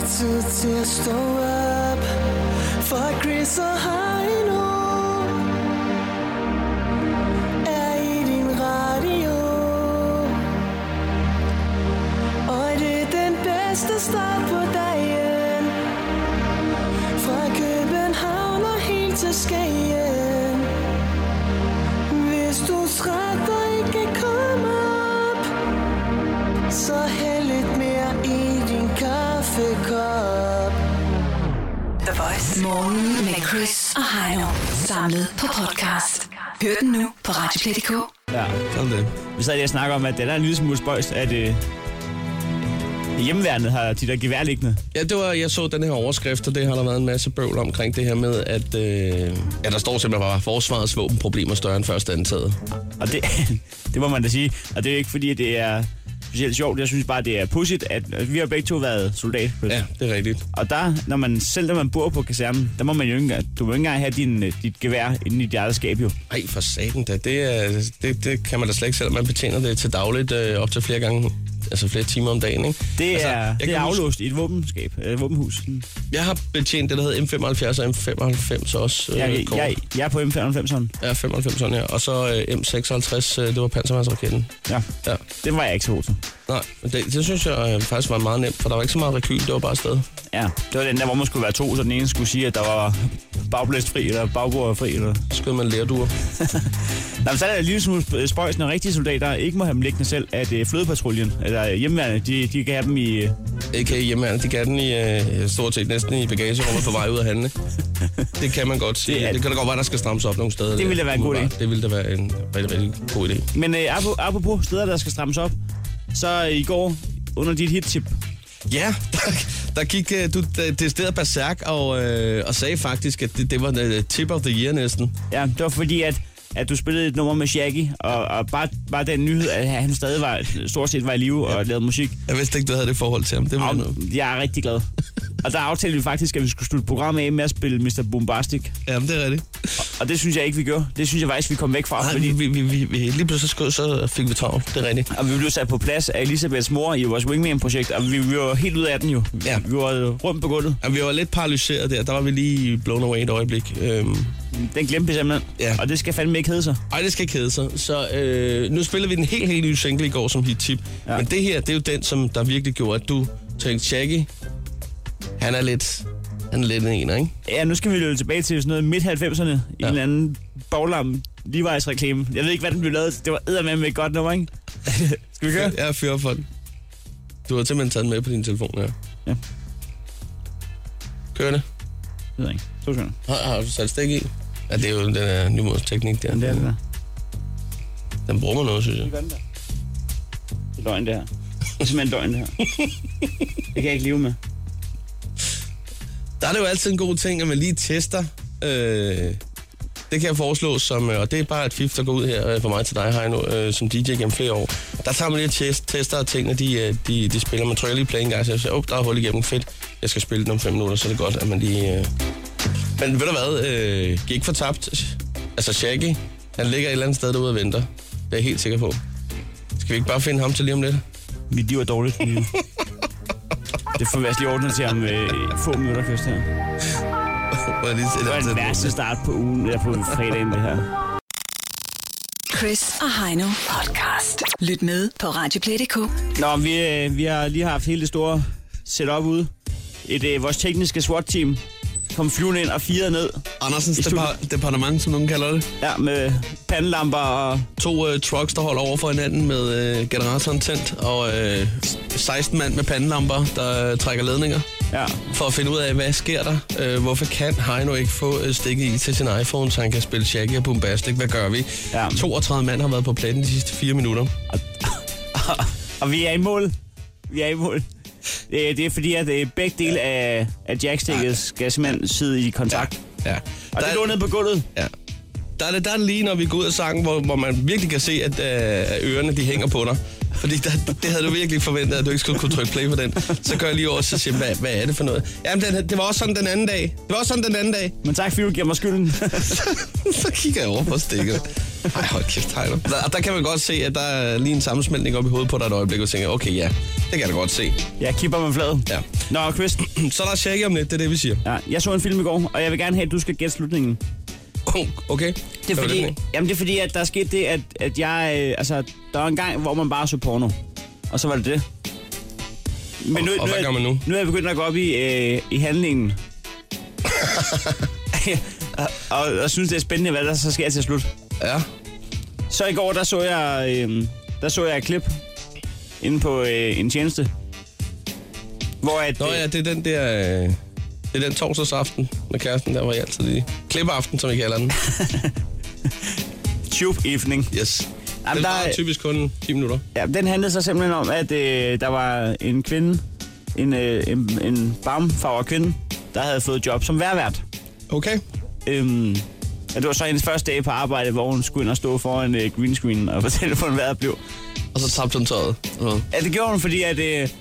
tid til at stå op for Chris og Heino er i din radio. Og det er den bedste start på dagen. Fra København og helt til Skagen. Hvis du er træt og ikke kan komme op, så hæld lidt mere i din kaffekop. The Voice. Morgen med Chris og Heino. Samlet på podcast. Hør den nu på Radioplay.dk. Ja, sådan det. Vi sad lige og snakker om, at det er en lille smule spøjst, at hjemmeværnet har de der gevær liggende. Ja, jeg så den her overskrift, og det har der været en masse bøvl omkring det her med, at der står simpelthen bare, forsvarets våbenproblemer større end først antaget. Og det må man da sige. Og det er ikke fordi, at det er specielt sjovt. Jeg synes bare, det er pudsigt, at vi har begge to været soldat. Ja, det er rigtigt. Og der, når man bor på kasernen, der må man jo ikke engang have dit gevær inde i dit eget skab, jo. Ej, for satan da. Det kan man da slet ikke selv. Man betjener det til dagligt op til flere gange. Altså flere timer om dagen, ikke? Det er aflåst i et våbenskab, et våbenhus. Jeg har betjent det, der hedder M75 og M95 også. Jeg er på M95'eren. Ja, 95'eren, ja. Og så M56, det var panserværnsraketten. Ja, det var jeg ikke så god til. Nej, det synes jeg faktisk var meget nemt, for der var ikke så meget rekyl, det var bare afsted. Ja, det var den der, hvor man skulle være to, så den ene skulle sige, at der var bagblæstfri eller bagbordfri. Eller... Så skulle man lærduer. Så er der en lille smule spøjs, når rigtige soldater ikke må have dem liggende selv, at flådepatruljen, eller hjemmeværende, de kan have dem i... Ikke hjemmeværende, de kan den i stort set næsten i bagagerummet på vej ud af handle. Det kan man godt sige. Det kan da godt være, der skal strammes op nogle steder. Det ville da være en god idé. Det ville da være en rigtig, rigtig god idé. Men apropos steder, der skal strammes op, så i går under dit hit-tip. Ja, der gik du decideret berserk og sagde faktisk, at det var tip of the year næsten. Ja, det var fordi, at du spillede et nummer med Shaggy, og bare den nyhed, at han stadig stort set var i live og lavede musik. Jeg vidste ikke, du havde det forhold til ham. Det var jeg er rigtig glad. Og der aftalte vi faktisk, at vi skulle slutte programmet af med at spille Mr. Boombastic. Jamen, det er rigtigt. Og det synes jeg ikke, vi gjorde. Det synes jeg faktisk, vi kom væk fra. Nej, fordi vi lige pludselig så fik vi travlt. Det er rigtigt. Og vi blev sat på plads af Elisabeths mor i vores Wingman-projekt, og vi var helt ud af den jo. Ja. Vi var rundt på gulvet. Og vi var lidt paralyseret der. Der var vi lige blown away et øjeblik. Den glemte vi simpelthen. Ja. Og det skal fandme ikke hedde sig. Nej, det skal ikke hedde sig. Så nu spiller vi den helt nye single i går som hit-tip. Ja. Men det her, det er jo den, som der virkelig gjorde, at du tænkte, Shaggy, han er lidt en ener, ikke? Ja, nu skal vi løbe tilbage til sådan noget midt-90'erne i en eller anden baglam Levi's-reklame. Jeg ved ikke, hvad den blev lavet. Det var eddermame et godt nummer, ikke? Skal vi køre? Ja, fyr op for den. Du har simpelthen taget den med på din telefon, ja. Kør det. Det ved jeg ikke. 2 sekunder. Har du sat stik i? Ja, det er jo den nymodsteknik der. Ja, det er det der. Den bruger man noget, synes jeg. Det er løgn, det her. Det er simpelthen løgn, det her. Det kan jeg ikke leve med. Der er det jo altid en god ting, at man lige tester. Det kan jeg foreslå som, og det er bare et fif, der går ud her for mig til dig, Heino, som DJ gennem flere år. Der tager man lige tester af tingene, de spiller. Man trykker lige play en gang, så jeg siger, der er hul igennem, fedt. Jeg skal spille den om 5 minutter, så er det godt, at man lige... Men ved du hvad, gik for tabt. Altså Shaggy, han ligger et eller andet sted derude og venter. Det er jeg helt sikker på. Skal vi ikke bare finde ham til lige om lidt? Mit liv er dårligt. Det får vi lige ordnet til om få minutter først her. Det var den værste start på ugen, eller på fredagen, det her. Chris og Heino podcast. Lyt med på Radioplay.dk. Nå, vi har lige haft hele det store setup ude. Vores tekniske SWAT-team kom flyvende ind og firede ned. Andersens departement, som nogen kalder det. Ja, med pandelamper og... 2 trucks, der holder over for hinanden med generatoren tændt, og 16 mand med pandelamper, der trækker ledninger. Ja. For at finde ud af, hvad sker der? Hvorfor kan Heino ikke få stikket i til sin iPhone, så han kan spille Shaggy og Boombastic? Hvad gør vi? Ja. 32 mand har været på pladen de sidste 4 minutter. Og vi er i mål. Det er fordi, at begge dele af jackstikket skal simpelthen sidde i kontakt. Ja. Og det lå ned på gulvet. Ja. Der er det lige, når vi går ud af sangen, hvor man virkelig kan se, at ørerne de hænger på dig. Fordi det havde du virkelig forventet, at du ikke skulle kunne trykke play på den. Så gør jeg lige over og siger, hvad er det for noget? Jamen, det var også sådan den anden dag. Men tak, fordi du giver mig skylden. Så kigger jeg over på stikket. Ej, hold kæft, Heino. Der kan man godt se, at der er lige en sammensmeltning op i hovedet på dig et øjeblik, og tænker, okay, ja, det kan jeg da godt se. Jeg kipper med fladet. Ja. Nå, Chris. Så er der Shaggy om lidt, det er det, vi siger. Ja, jeg så en film i går, og jeg vil gerne have, at du skal gætte slutningen. Okay. Det er fordi, at der skete det, at jeg... der var en gang, hvor man bare så porno. Og så var det. Men og hvad gør man nu? Nu er jeg begyndt at gå op i handlingen. og synes, det er spændende, hvad der så sker til slut. Ja. Så i går, der så jeg et klip inde på en tjeneste. Hvor at... Nå ja, det er den der... det er den torsdagsaften med kæresten, der var jeg altid i. Klippeaften, som vi kalder den. Tube evening. Yes. Den var typisk kun 10 minutter. Ja, den handlede så simpelthen om, at der var en kvinde, en barmfarver kvinde, der havde fået job som vejrvært. Okay. Det var så hendes første dag på arbejde, hvor hun skulle ind og stå foran en green screen og fortælle, hvordan vejret blev. Og så tabte hun tøjet. Ja, det gjorde hun, fordi at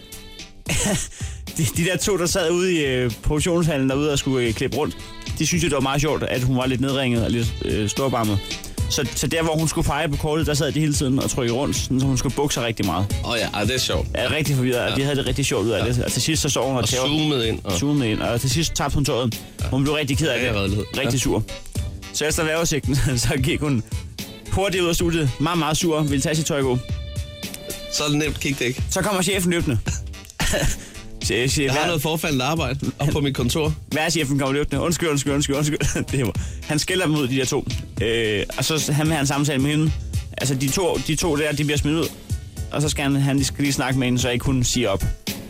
de der to, der sad ude i produktionshallen derude og skulle klippe rundt, de synes jo, det var meget sjovt, at hun var lidt nedringet og lidt storbarmet. Så der, hvor hun skulle pege på kortet, der sad de hele tiden og trykkede rundt, så hun skulle bukke sig rigtig meget. Ja, det er sjovt. Ja, rigtig forvirret, og de havde det rigtig sjovt ud af det. Og til sidst så sov hun og zoomede ind. Og til sidst tabte hun tøjet. Hun blev rigtig ked af det. Rigtig sur. Så efter vejrudsigten, så gik hun hurtigt ud af studiet. Meget, meget sur. Ville tage sit tøj gå. Så er det nemt, kig det ikke. Så kommer chefen løbende. Jeg har noget forfaldende arbejde op på mit kontor. Værtschefen kommer løbende. Undskyld. Han skælder dem ud, de der to. Og så han vil have en samtale med hende. Altså, de to der, de bliver smidt ud. Og så skal han lige snakke med hende, så ikke hun siger op.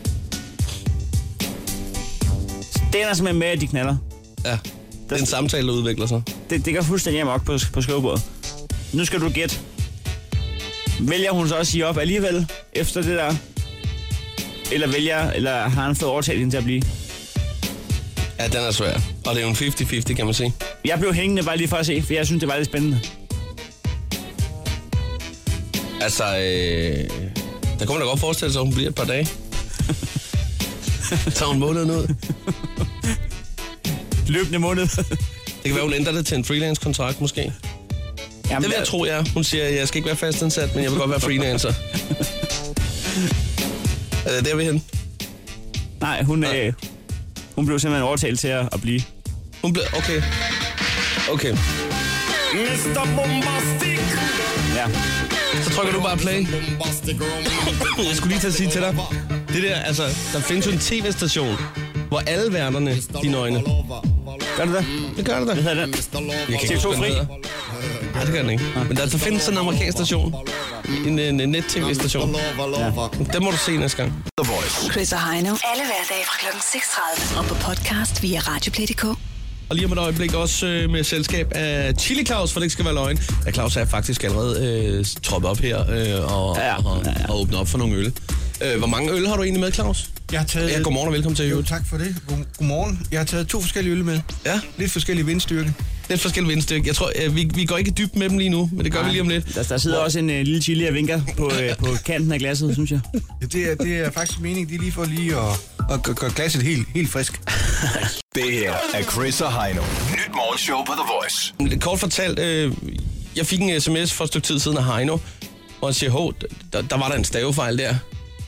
Det ender simpelthen med, at de knaller. Ja, det er en samtale, der udvikler sig. Det går fuldstændig amok på skrivebordet. Nu skal du gætte. Vælger hun så også at sige op alligevel, efter det der? Eller har han fået overtalt hende til at blive? Ja, den er svær. Og det er jo en 50-50, kan man sige. Jeg blev hængende bare lige for at se, for jeg synes, det var lidt spændende. Altså, der kunne man da godt forestille sig, at hun bliver et par dage. Tager hun måneden ud. Løbende måned. Det kan være, hun ændrer det til en freelance-kontrakt, måske. Jamen, det vil jeg tro, ja. Hun siger, at jeg skal ikke være fastansat, men jeg vil godt være freelancer. Er det der ved hende? Nej, hun blev simpelthen overtalt til at blive. Hun blev... Okay. Mr. Bombastic. Ja. Så trykker du bare play. Jeg skulle lige til at sige til dig. Det der, altså, der findes jo en tv-station, hvor alle værterne, de nøgne. Gør det det? Det gør det da. Hvad hedder den? TV2 Fri? Nej, det gør den ikke. Men der findes sådan en amerikansk station. En net-tv-station. Ja. Den må du se næste gang. The Voice. Chris og Heino. Alle hverdage fra kl. 6:30. Og på podcast via Radioplay.dk. Og lige om et øjeblik også med selskab af Chili Claus, for det ikke skal være løgn. Ja, Claus er faktisk allerede troppet op her og åbnet op for nogle øl. Hvor mange øl har du egentlig med, Claus? Jeg har taget... godmorgen og velkommen til. Jo, tak for det. Godmorgen. Jeg har taget 2 forskellige øl med. Ja. Lidt forskellige vindstyrke. Lidt forskellige vindstyrke. Jeg tror, vi går ikke dybt med dem lige nu, men det gør vi lige om lidt. Der sidder også en lille chili og vinker på kanten af glasset, synes jeg. Ja, det er faktisk meningen, de er lige for at gøre glasset helt frisk. Det her er Chris og Heino. Nyt morgenshow på The Voice. Kort fortalt, jeg fik en sms for et stykke tid siden af Heino, hvor han siger, der var der en stavefejl der.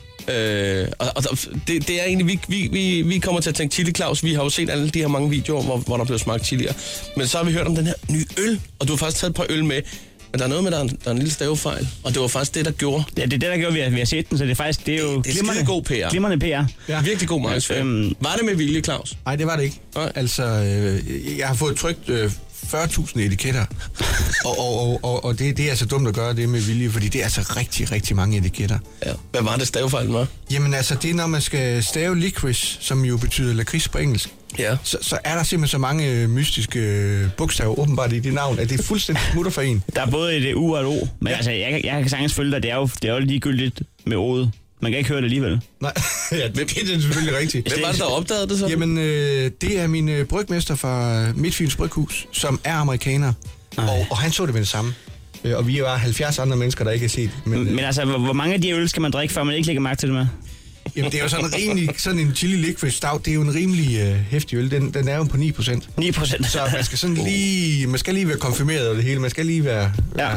Det er egentlig, vi kommer til at tænke Chili Claus. Vi har jo set alle de her mange videoer, hvor der blev smagt chilier. Men så har vi hørt om den her nye øl, og du har faktisk taget et par øl med. Men der er noget med, der er en lille stavefejl, og det var faktisk det, der gjorde. Ja, det er det, der gjorde, vi har set den, så det er faktisk, det er jo... Det er skide god PR. Glimrende PR. Ja. Virkelig god markedsføring. Var det med vilje, Claus? Nej, det var det ikke. Nej. Altså, jeg har fået trykt 40.000 etiketter, og det er altså dumt at gøre det med vilje, fordi det er altså rigtig, rigtig mange etiketter. Ja. Hvad var det stavefejlen var? Jamen altså, det er når man skal stave licorice, som jo betyder lakrids på engelsk. Ja. Så er der simpelthen så mange mystiske bogstaver åbenbart i det navn, at det er fuldstændig smutter for en. Der er både et U og et O, men altså, jeg kan sagtens følge dig, det er jo ligegyldigt med O'et. Man kan ikke høre det alligevel. Nej, ja, det er selvfølgelig rigtigt. Hvem var det, der opdagede det så? Jamen, det er min brygmester fra Midtfyns Bryghus, som er amerikaner, og han så det med det samme. Og vi var 70 andre mennesker, der ikke har set det. Men altså, hvor mange af de øl skal man drikke, før man ikke lægger mærke til det med? Jamen, det er jo sådan en chili liquid stout, det er jo en rimelig heftig øl. Den er jo på 9%. 9%. Så man skal sådan lige være konfirmeret over det hele. Man skal lige være... Ja.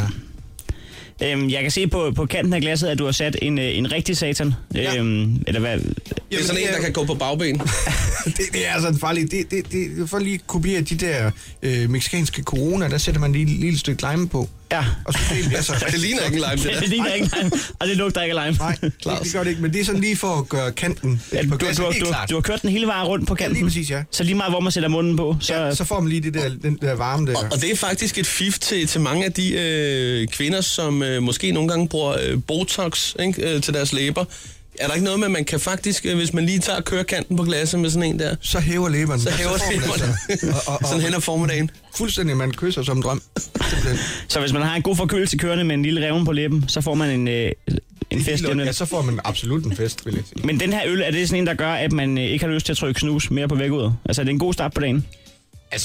Jeg kan se på kanten af glasset, at du har sat en rigtig satan. Ja. Eller hvad? Det er sådan en, der kan gå på bagben. det er sådan farligt. Det for lige at kopiere de der mexikanske corona, der sætter man lige et lille stykke lime på. Ja. Og så Det ligner ikke en lime, det der. Det ligner ikke lime, og det lugter ikke af lime. Nej, det gør det ikke, men det er sådan lige for at gøre kanten på glasset helt klart. Du har kørt den hele vejen rundt på kanten. Ja, lige præcis, ja. Så lige meget, hvor man sætter munden på. Så får man lige den der varme der. Og det er faktisk et fif til mange af de kvinder, som måske nogle gange bruger Botox til deres læber. Er der ikke noget med, at man kan faktisk, hvis man lige tager og kører kanten på glasset med sådan en der? Så hæver læberne. Så hæver læberne. Sådan hen ad formiddagen. Fuldstændig, man kysser som en drøm. Så hvis man har en god forkølelse kørende med en lille revne på læben, så får man en fest. Ja, så får man absolut en fest, vil jeg sige. Men den her øl, er det sådan en, der gør, at man ikke har lyst til at trykke snus mere på vækkeudet? Altså, er det en god start på dagen? Altså,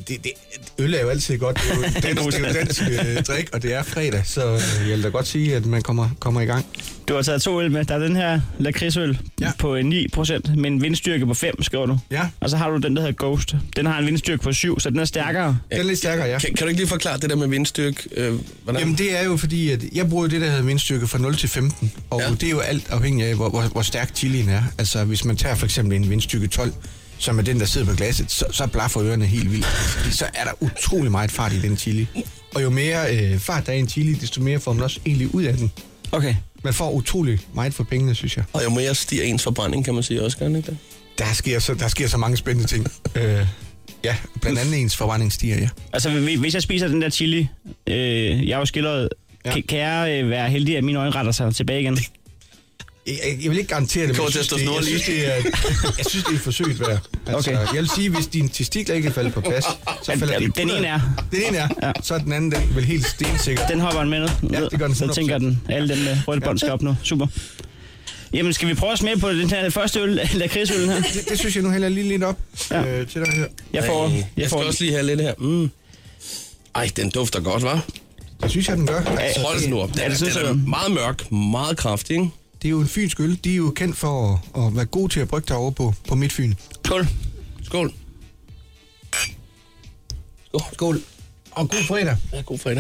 øl er jo altid godt. Det er jo dansk drik, og det er fredag, så jeg vil da godt sige, at man kommer i gang. Du har taget 2 øl med. Der er den her lakridsøl på 9%, med en vindstyrke på 5, skriver du. Ja. Og så har du den, der hedder Ghost. Den har en vindstyrke på 7, så den er stærkere. Den er lidt stærkere, ja. Kan du ikke lige forklare det der med vindstyrke? Jamen, det er jo fordi, at jeg bruger det, der hedder vindstyrke fra 0 til 15. Og det er jo alt afhængig af, hvor stærk chilien er. Altså, hvis man tager for eksempel en vindstyrke 12, som er den, der sidder på glasset, så blaffer ørerne helt vildt. Fordi så er der utrolig meget fart i den chili. Og jo mere fart der er i en chili, desto mere får man også egentlig ud af den. Okay. Man får utrolig meget for pengene, synes jeg. Og jo mere stiger ens forbrænding, kan man sige også, gør det ikke det? Der sker så mange spændende ting. Ja, blandt andet ens forbrænding stiger, ja. Altså, hvis jeg spiser den der chili, jeg er jo skildret, kan jeg være heldig, at mine øjne retter sig tilbage igen? Jeg vil ikke garantere det, men jeg synes, det er forsøgt værd. Altså, okay. Jeg vil sige, hvis din testikler ikke falder på plads, så falder det. Den ene er. Den ene er. Ja. Så er den anden, den vil helt stensikker. Den hopper den med ned. Ja, det gør den 100%. Så tænker den, alle dem med rødt bånd skal op nu. Super. Jamen, skal vi prøve at smage på den her første øl, lakridsøllen her? Det synes jeg nu heller lige lidt op til dig her. Jeg skal også lige have lidt her. Ej, den dufter godt, hva'? Det synes jeg, den gør. Altså, hold den nu op. Den er meget mørk, meget kraftig, ikke? Det er jo en fynsk øl. De er jo kendt for at være gode til at brygge derovre på Midtfyn. Skål. Skål. Skål. Og god fredag. Ja, god fredag.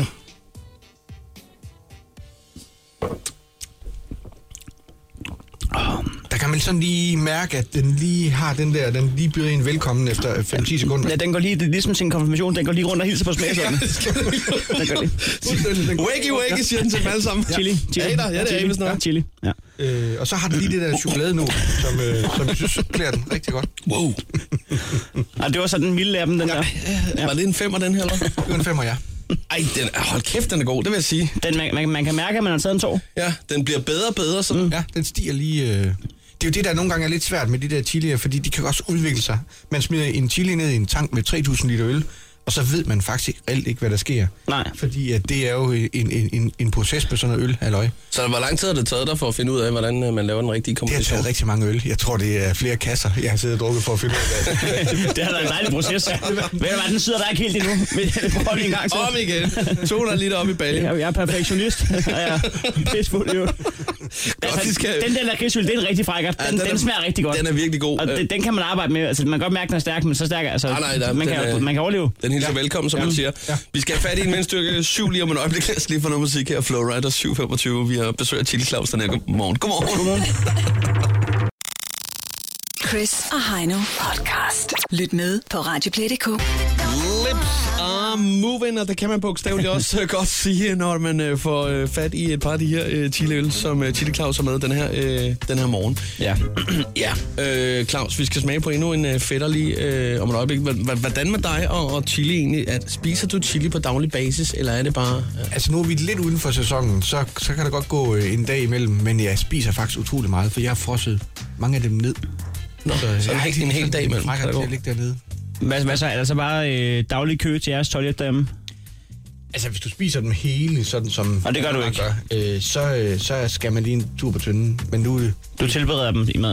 Der kan man sådan lige mærke, at den lige har den lige byder en velkommen efter 5-10 sekunder. Ja, den går lige, det er ligesom sin konfirmation, den går lige rundt og hilser på smagsøjne. Den går lige. Wakey, siger den til dem alle sammen. Chili. Ja, det er vist nok. Chili, ja. Og så har den lige det der chokolade nu, som jeg synes klæder den rigtig godt. Wow. Og det var så den milde af dem, den der. Var det en 5'er, den her, eller? Det var en 5'er, ja. Ej, hold kæft, den er god, det vil jeg sige. Man kan mærke, at man har taget en tår. Ja, den bliver bedre og bedre, sådan. Ja, den stiger lige... Det er jo det, der nogle gange er lidt svært med de der chilier, fordi de kan også udvikle sig. Man smider en chili ned i en tank med 3.000 liter øl, og så ved man faktisk reelt ikke, hvad der sker. Nej. Fordi at det er jo en proces på sådan noget øl, halløj. Så hvor lang tid har det taget dig for at finde ud af, hvordan man laver den rigtige komposition? Det har taget rigtig mange øl. Jeg tror, det er flere kasser, jeg har siddet og drukket for at finde ud af det. Det har været en dejlig proces. Ved du hvad, den sidder der ikke helt endnu. Prøv lige en gang til. Om igen. 200 liter op i baljen. Jeg er perfektionist. Jeg er pissfuld i øvrigt. Den der lakridsøl, det er en rigtig frækkert. Den smager rigtig godt. Den er virkelig god. Og den kan man arbejde med. Altså, man kan godt mærke, den er stærk, men så stærk. Altså, man kan overleve. Den hilser velkommen, som man siger. Ja. Vi skal have fat i en vindstyrke 7 lige om en øjeblik. Lad os lige få noget musik her. Flowrider 725. Vi har besøg af Chili Claus den her. Godmorgen. Godmorgen. Chris og Heino podcast. Lyt med på radioplay.dk. Lips are moving, og det kan man bogstaveligt også godt sige, når man får fat i et par af de her chiliøl, som Chili Claus har med den her morgen. Ja. Ja, Claus, vi skal smage på endnu en fætterlig om et øjeblik. Hvordan med dig og chili egentlig? Spiser du chili på daglig basis, eller er det bare... Altså nu er vi lidt uden for sæsonen, så kan der godt gå en dag imellem, men jeg spiser faktisk utrolig meget, for jeg har frosset mange af dem ned. Nå, så jeg har ikke en hel dag imellem. Jeg kan ligge dernede. Hvad så? Er der så bare daglig kø til jeres toilet derhjemme? Altså, hvis du spiser dem hele, sådan som... Og det gør du ikke? Så skal man lige en tur på tynden. Men du tilbereder dem i maden?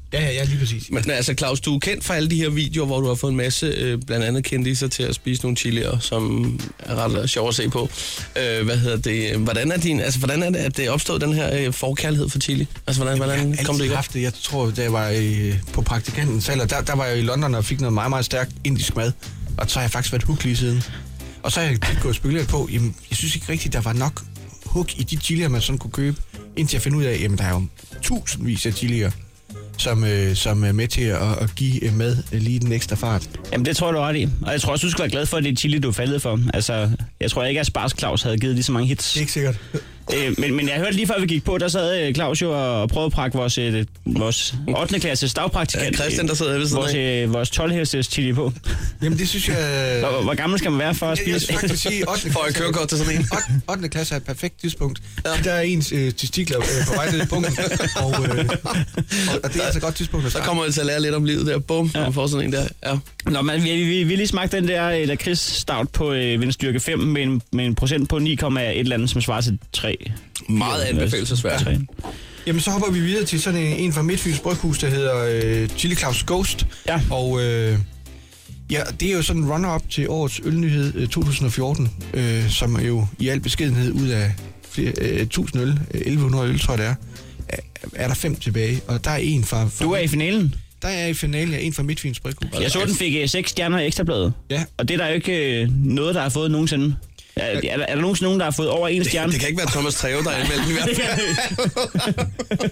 Ja, lige præcis. Men altså, Claus, du er kendt for alle de her videoer, hvor du har fået en masse, blandt andet kendiser til at spise nogle chilier, som er ret sjov at se på. Hvordan er det, at det opstod den her forkærlighed for chili? Altså, hvordan kom det i gang? Jeg tror, da jeg var på praktikantens alder, der var jeg i London og fik noget meget, meget stærkt indisk mad. Og så har jeg faktisk været hook lige siden. Og så har jeg gået og spekuleret på, jamen, jeg synes ikke rigtigt, der var nok hook i de chilier, man sådan kunne købe, indtil jeg finder ud af, jamen, der er jo tusindvis af chilier, som er med til at give mad lige den ekstra fart. Jamen, det tror jeg, du er ret i. Og jeg tror også, du skal være glad for, at det er chili, du er faldet for. Altså, jeg tror ikke, at Spars Claus havde givet lige så mange hits. Det er ikke sikkert. Men jeg hørte lige før vi gik på, der sad Claus jo og prøvede at prakke vores 8. klasses dagpraktikant. Christian, der sidder ved siden vores 12-hestes chili på. Jamen, det synes jeg... Hvor gammel skal man være for at spise? Jeg synes faktisk sige, 8. Får jeg kørekort til sådan en? 8. klasse er et perfekt tidspunkt. Ja. Der er ens testikler på vej ned i punkten, og det er altså et godt tidspunkt at starte. Så kommer jeg til at lære lidt om livet der. Bum, og får sådan en der. Ja. Nå, men vi lige smagt den der lakrids stout på vindstyrke 5 med en procent på 9,1 eller andet, som svarer til 3. Meget anbefalelsesværd. Ja. Jamen, så hopper vi videre til sådan en fra Midtfyns Bryghus, der hedder Chili Claus Ghost. Ja. Og det er jo sådan en runner-up til årets ølnyhed 2014, som jo i al beskedenhed ud af 1000 øl, 1100 øl, tror jeg det er der 5 tilbage. Og der er en fra... Du er i finalen? Der er i finalen, en fra Midtfyns Bryghus. Jeg så, den fik 6 stjerner Ekstrabladet. Ja. Og det er der jo ikke noget, der har fået nogensinde. Er der nogensinde nogen, der har fået over 1 stjerne? Det kan ikke være Thomas Treve, der er anmeldt i hvert fald.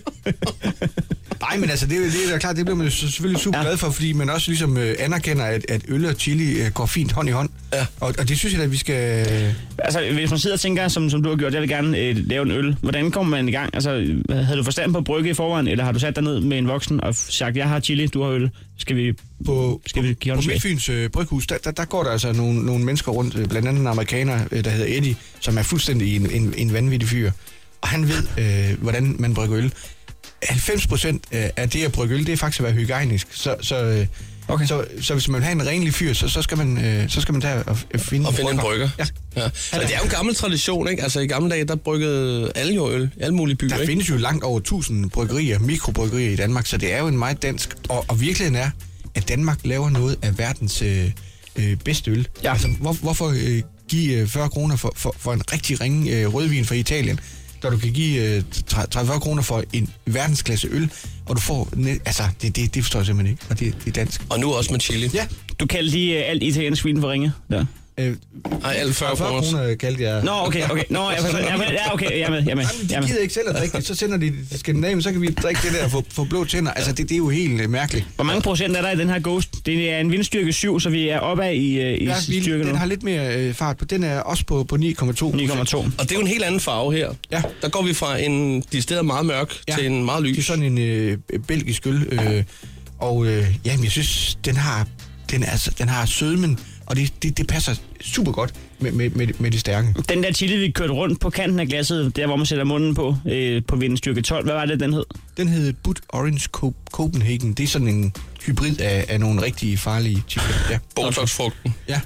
Nej, men altså, det er klart, det bliver man selvfølgelig super glad for, fordi man også ligesom anerkender, at øl og chili går fint hånd i hånd. Ja. Og det synes jeg, at vi skal... Altså, hvis man sidder og tænker, som du har gjort, jeg vil gerne lave en øl. Hvordan kommer man i gang? Altså, havde du forstand på brygge i forvejen, eller har du sat dig ned med en voksen og sagt, jeg har chili, du har øl? Skal vi give på Midtfyns Bryghus, der går der altså nogle mennesker rundt, blandt andet en amerikaner, der hedder Eddie, som er fuldstændig en vanvittig fyr. Og han ved, hvordan man brygger øl. 90% af det at brygge øl, det er faktisk at være hygiejnisk. Så hvis man vil have en renlig fyr, så skal man tage og finde en brygger. Ja. Men det er jo en gammel tradition, ikke? Altså i gamle dage, der bryggede alle jo øl, alle mulige byer. Der findes jo langt over 1000 bryggerier, mikrobryggerier i Danmark, så det er jo en meget dansk. Og virkeligheden er, at Danmark laver noget af verdens bedste øl. Ja. Altså, hvorfor give 40 kroner for en rigtig ringe rødvin fra Italien, da du kan give 30 kroner for en verdensklasse øl, og du får... Altså, det forstår jeg simpelthen ikke, og det er dansk. Og nu også med chili. Ja. Du kaldte lige alt italiensk vin for ringe, der. Nej, alle 40 kroner kaldte jeg... Nå, okay. Nå, jeg er med. De gider ikke selv at drikke det, så sender de til Skandinavien, så kan vi drikke det der for blå tænder. Altså, det er jo helt mærkeligt. Hvor mange procent er der i den her Ghost? Det er en vindstyrke 7, så vi er opad i styrke nu. Den har lidt mere fart på. Den er også på 9,2. 9,2. Og det er jo en helt anden farve her. Ja. Der går vi fra en decideret meget mørk til en meget lys. Det er sådan en belgisk øl. Jamen, jeg synes, den har sødmen, og det passer super godt med det stærke. Den der chili, vi kørte rundt på kanten af glasset, der hvor man sætter munden på vindstyrke 12, hvad var det, den hed? Den hed Bud Orange Copenhagen. Det er sådan en hybrid af nogle rigtig farlige chili. Ja. Botox-frugten. Ja.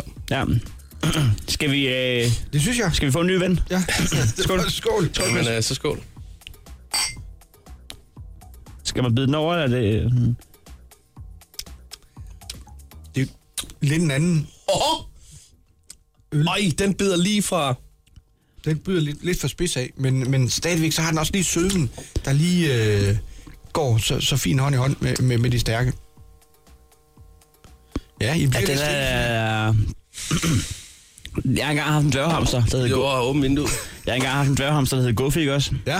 Skal vi... det synes jeg. Skal vi få en ny ven? Ja. Skål. Skål. Jamen, så skål. Skal man bide den over, eller det... Det er lidt en anden... Øj, den bider lige fra... Den bider lidt for spids af, men stadigvæk så har den også lige søden, der lige går så fint hånd i hånd med de stærke. Ja, I bliver den er... Jeg har engang haft en dværghamster, der hedder... Jo, åben vindue. Jeg har engang haft en dværghamster, der hedder Gofik også. Ja.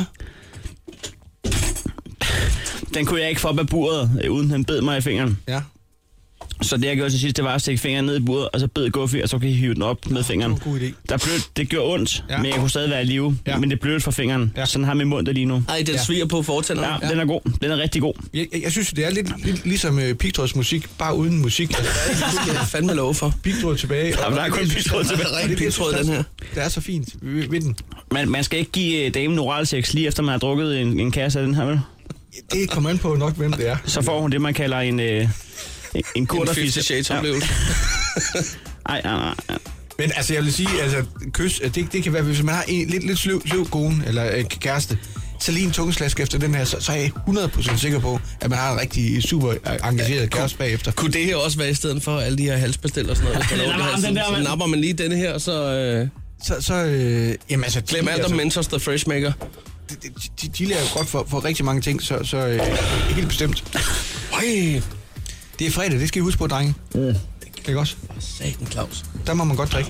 Den kunne jeg ikke få op af buret, uden den bed mig i fingeren. Ja. Så det jeg gjorde til sidst, det var at stikke fingeren ned i buret, og så bed Gofik, og så kan I hive den op med fingeren. Det var en god idé. Det gjorde ondt, men jeg kunne stadig være i live. Ja. Men det blødte fra fingeren. Ja. Sådan har min mund der lige nu. Ej, den sviger på fortænderne. Ja, den er god. Den er rigtig god. Jeg synes, det er lidt ligesom pigtrådsmusik, bare uden musik. Det skal jeg fandme love for. Pigtråd tilbage. Ja, der er kun pigtråd tilbage. Pigtråd, den her. Det er så fint ved den. Man skal ikke give damen oralsex lige efter man har drukket en kasse af den her, vel? Det kommer an på nok, hvem det er. Så får hun det, man kalder en kurderfisse. 50 Shades oplevelse. Nej. Men altså, jeg vil sige, altså, kys, det kan være, hvis man har en lidt sløv kone, eller kæreste, tage lige en tungeslask efter den her, så er jeg 100% sikker på, at man har en rigtig super engageret kæreste bagefter. Kunne det her også være i stedet for alle de her halsbestil og sådan noget? Så napper man lige denne her, så jamen altså... Glem alt om Mentos The Freshmaker. Chili er jo godt for rigtig mange ting, så helt bestemt. Øj. Det er fredag, det skal I huske på, drenge. Ikke også? Satan, Claus. Der må man godt drikke.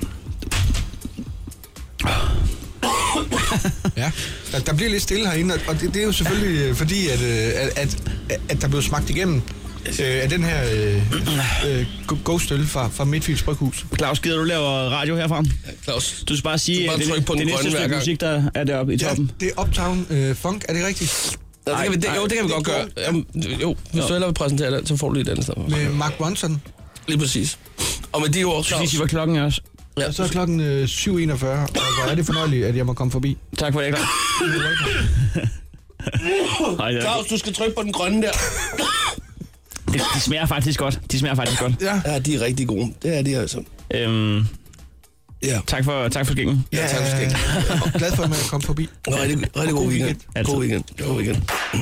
Ja, der bliver lidt stille herinde, og det er jo selvfølgelig fordi, at der blev smagt igennem af den her ghost-øl fra Midtfyns Bryghus. Claus, gider du lave radio herfra? Ja, Claus. Du skal bare sige, at det næste stykke musik, der er deroppe i toppen. Ja, det er Uptown Funk, er det rigtigt? Ja, det kan vi godt gøre. Jo, hvis du hellere vil præsentere den, så får du lige den stedet. Med Mark Ronson. Lige præcis. Og med de ord, Claus. Hvis I var klokken også. Ja, så er klokken 7:41, og hvor er det fornøjeligt, at jeg må komme forbi. Tak for det, Claus. Claus, du skal trykke på den grønne der. De smager faktisk godt. Ja, de er rigtig gode. Det er de altså. Ja. Tak for skænken. Ja, tak for skænken. Glad for, at man kom forbi. Rigtig god weekend. God weekend.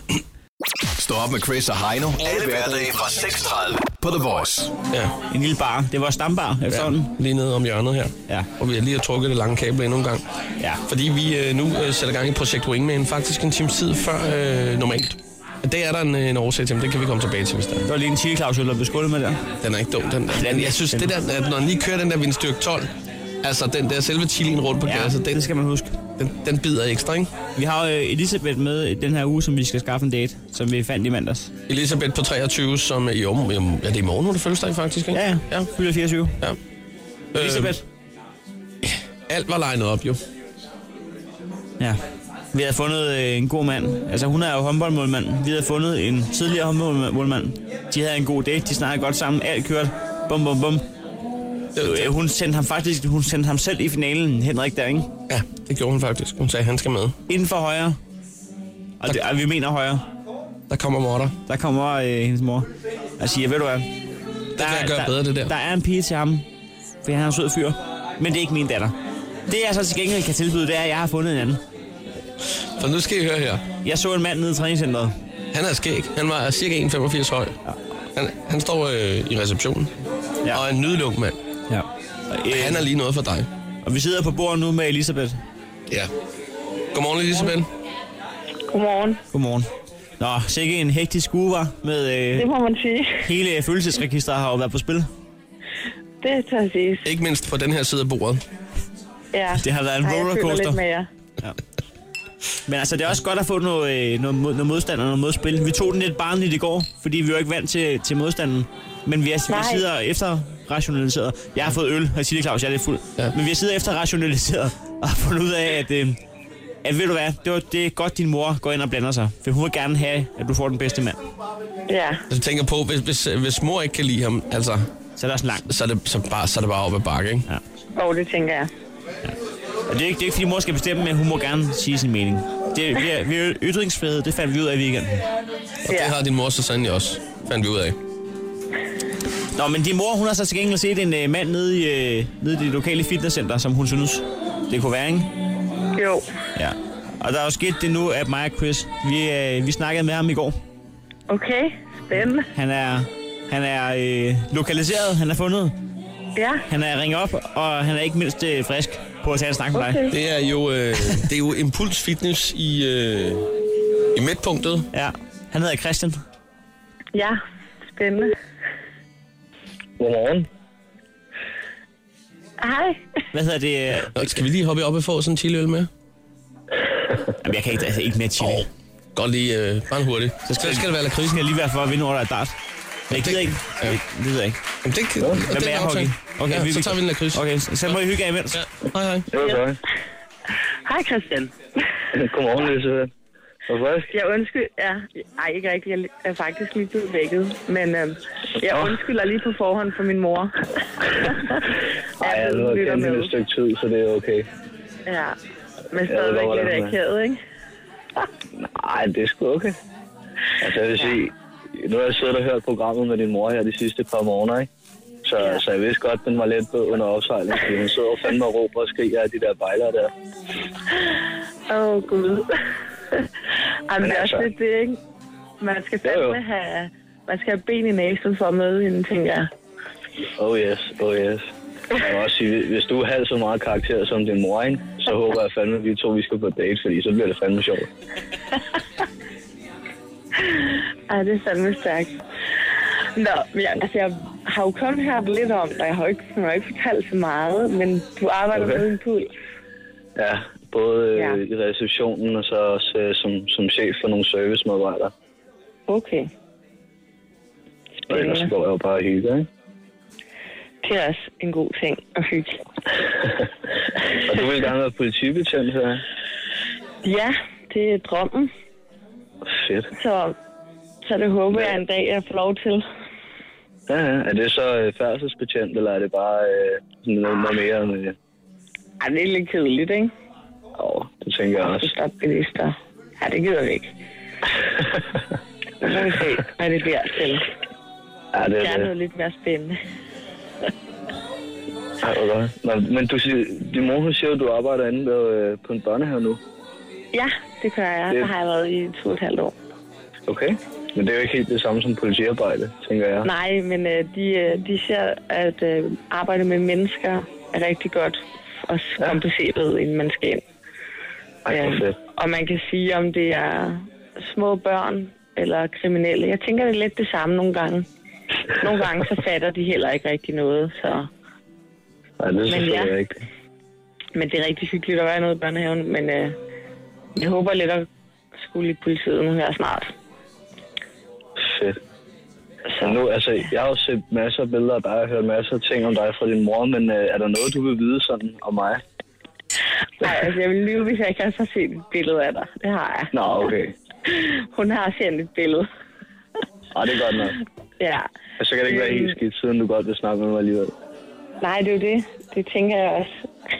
Stå op med Chris og Heino. Alle hverdage fra 6:30 på The Voice. Ja. En lille bar. Det var stambar efterhånden. Ja, lige nede om hjørnet her. Ja. Og vi har lige trukket det lange kabel endnu en gang. Ja. Fordi vi nu sætter gang i projekt Wingman faktisk en times tid før normalt. Det er der en årsag til, men det kan vi komme tilbage til, hvis der. Det var lige en chili-klausul, der blev skålet med der. Den er ikke dum. Jeg synes, det der, at når den lige kører den der vindstyrke 12, altså den der selve chilien rundt på glasset, det skal man huske. Den bider ekstra, ikke? Vi har jo Elisabeth med den her uge, som vi skal skaffe en date, som vi fandt i mandags. Elisabeth på 23, som i år, ja, det er i morgen, hun er fødselsdag faktisk, ikke? Ja. Fylder 24. Ja. Elisabeth. Alt var legnet op, jo. Ja. Vi havde fundet en god mand. Altså, hun er jo håndboldmålmand. Vi havde fundet en tidligere håndboldmålmand. De havde en god date. De snakkede godt sammen. Alt kørte. Bum. Hun sendte ham selv i finalen, Henrik der, ikke? Ja, det gjorde hun faktisk. Hun sagde, at han skal med. Inden for højre. Og vi mener højre. Der kommer mor der. Der kommer hendes mor. Og siger, ved du hvad? Det kan jeg gøre bedre, det der. Der er en pige til ham. For han er en sød fyr. Men det er ikke min datter. Det jeg så til gengæld kan tilbyde, det er, at jeg har fundet en anden. For nu skal I høre her. Jeg så en mand nede i træningscenteret. Han er skæg. Han var cirka 1,85 høj. Ja. Han står i receptionen. Ja. Og en nydelung mand. Ja. Han er lige noget for dig. Og vi sidder på bordet nu med Elisabeth. Ja. Godmorgen, Elisabeth. Godmorgen. Nå, sikke en hektisk uge, var med... det må man sige. Hele følelsesregisteret har jo været på spil. Det tager siges. Ikke mindst på den her side af bordet. Ja. Det har været en rollercoaster. Jeg føler lidt med jer. Ja. Men altså, det er også godt at få noget modstand og noget modspil. Vi tog den lidt barnligt i går, fordi vi jo ikke vant til modstanden. Men vi sidder efter rationaliseret. Jeg har fået øl, og siger det, Claus, jeg er lidt fuld. Ja. Men vi har siddet efter rationaliseret og har fundet ud af, at ved du hvad, det er godt, din mor går ind og blander sig. For hun vil gerne have, at du får den bedste mand. Ja. Jeg tænker på, hvis mor ikke kan lide ham, altså... Så er det også langt. Så er det bare op ad bakke, ikke? Ja. Det tænker jeg. Ja. Og det er ikke fordi mor skal bestemme, men hun må gerne sige sin mening. Vi er ytringsfrihed, det fandt vi ud af i weekenden. Og det har din mor så sandelig også, fandt vi ud af. Nå, men din mor, hun har så til gengæld set en mand nede i det lokale fitnesscenter, som hun synes, det kunne være, ikke? Jo. Ja. Og der er jo sket det nu, at mig og Chris, vi snakkede med ham i går. Okay, spændende. Han er lokaliseret, han er fundet. Ja. Han er ringet op, og han er ikke mindst frisk på at tage en snak med dig. Det er jo Impuls Fitness i midtpunktet. Ja, han hedder Christian. Ja, spændende. Godmorgen. Hej. Hvad hedder det? Skal vi lige hoppe op og få sådan en chiliøl med? Jamen, jeg kan ikke mere chili. Godt lige, bare hurtigt. Så skal det være lakrids. Skal jeg lige være for at vinde over et dart. Jeg gider ikke. Ja. Det ved jeg ikke. Jamen, det er aftale. Okay, ja, så tager vi en lakrids. Okay, så må I hygge af imens. Ja. Hej. Hej, Christian. Godmorgen, Elisabeth. Jeg undskylder... Ja, ikke rigtigt. Jeg er faktisk lige blevet vækket. Men jeg undskylder lige på forhånd for min mor. Jeg har nu kendt et stykke tid, så det er okay. Ja, men stadigvæk lidt akavet, ikke? Nej, det er sgu okay. Altså, jeg vil sige... Nu har jeg siddet og hørt programmet med din mor her de sidste par måneder, ikke? Så jeg vidste godt, den var lidt under opsejling, fordi hun sidder og fandme og råber og skriger af de der bejlere der. Gud. Jamen, det er også altså- lidt det, ikke? Man skal Jo, jo. fandme have ben i næsen for at møde hende, tænker jeg. Oh yes. Jeg vil også sige, hvis du har så meget karakter som din mor, ikke, så håber jeg fandme, at vi to vi skal på date, fordi så bliver det fandme sjovt. Ej, det er fandme stærkt. Nå, men jeg har jo kun hørt lidt om dig. Jeg har jo ikke fortalt så meget, men du arbejder Okay. med en pool. Ja, både Ja. i receptionen og så også som chef for nogle servicemedarbejdere. Okay. Og ellers Spændende. går jeg jo bare og hygger, ikke? Det er også en god ting at hygge. Og du vil gerne være politibetjent, så Ja, det er drømmen. fedt. Så det håber jeg en dag, jeg får lov til. Ja. Er det så færdselsbetjent, eller er det bare sådan noget mere med det? Ej, det er lidt kedeligt, ikke? Det tænker jeg også. Stop bilister. Ja, det gider vi ikke. Så må vi se, hvad det bliver til. Ja, det Det er er noget det. lidt mere spændende. Ja, okay. Nå, men du siger, din mor hun siger, at du arbejder inde på en børnehave nu. Ja, det gør jeg. Det- Så har jeg været i 2,5 år. Okay. Men det er jo ikke helt det samme som politiarbejde, tænker jeg. Nej, men de ser, at arbejde med mennesker er rigtig godt og kompliceret, inden man skal ind. Ej, hvor fedt. Og man kan sige, om det er små børn eller kriminelle. Jeg tænker, det er lidt det samme nogle gange. Nogle gange så fatter de heller ikke rigtig noget, så... Nej, det er selvfølgelig ja. rigtigt. Men det er rigtig hyggeligt at være noget i børnehaven, men jeg håber lidt at skulle i politiet nu her snart. Fedt. Så nu, altså, jeg har jo set masser af billeder af dig og hørt masser af ting om dig fra din mor, men er der noget, du vil vide sådan om mig? Nej, altså jeg vil lyve, hvis jeg ikke har så set et billede af dig. Det har jeg. Nå, okay. Hun har sendt et billede. Det er godt nok. Ja. Og så kan det ikke være helt skidt, siden du godt vil snakke med mig alligevel. Nej, det er jo det. Det tænker jeg også.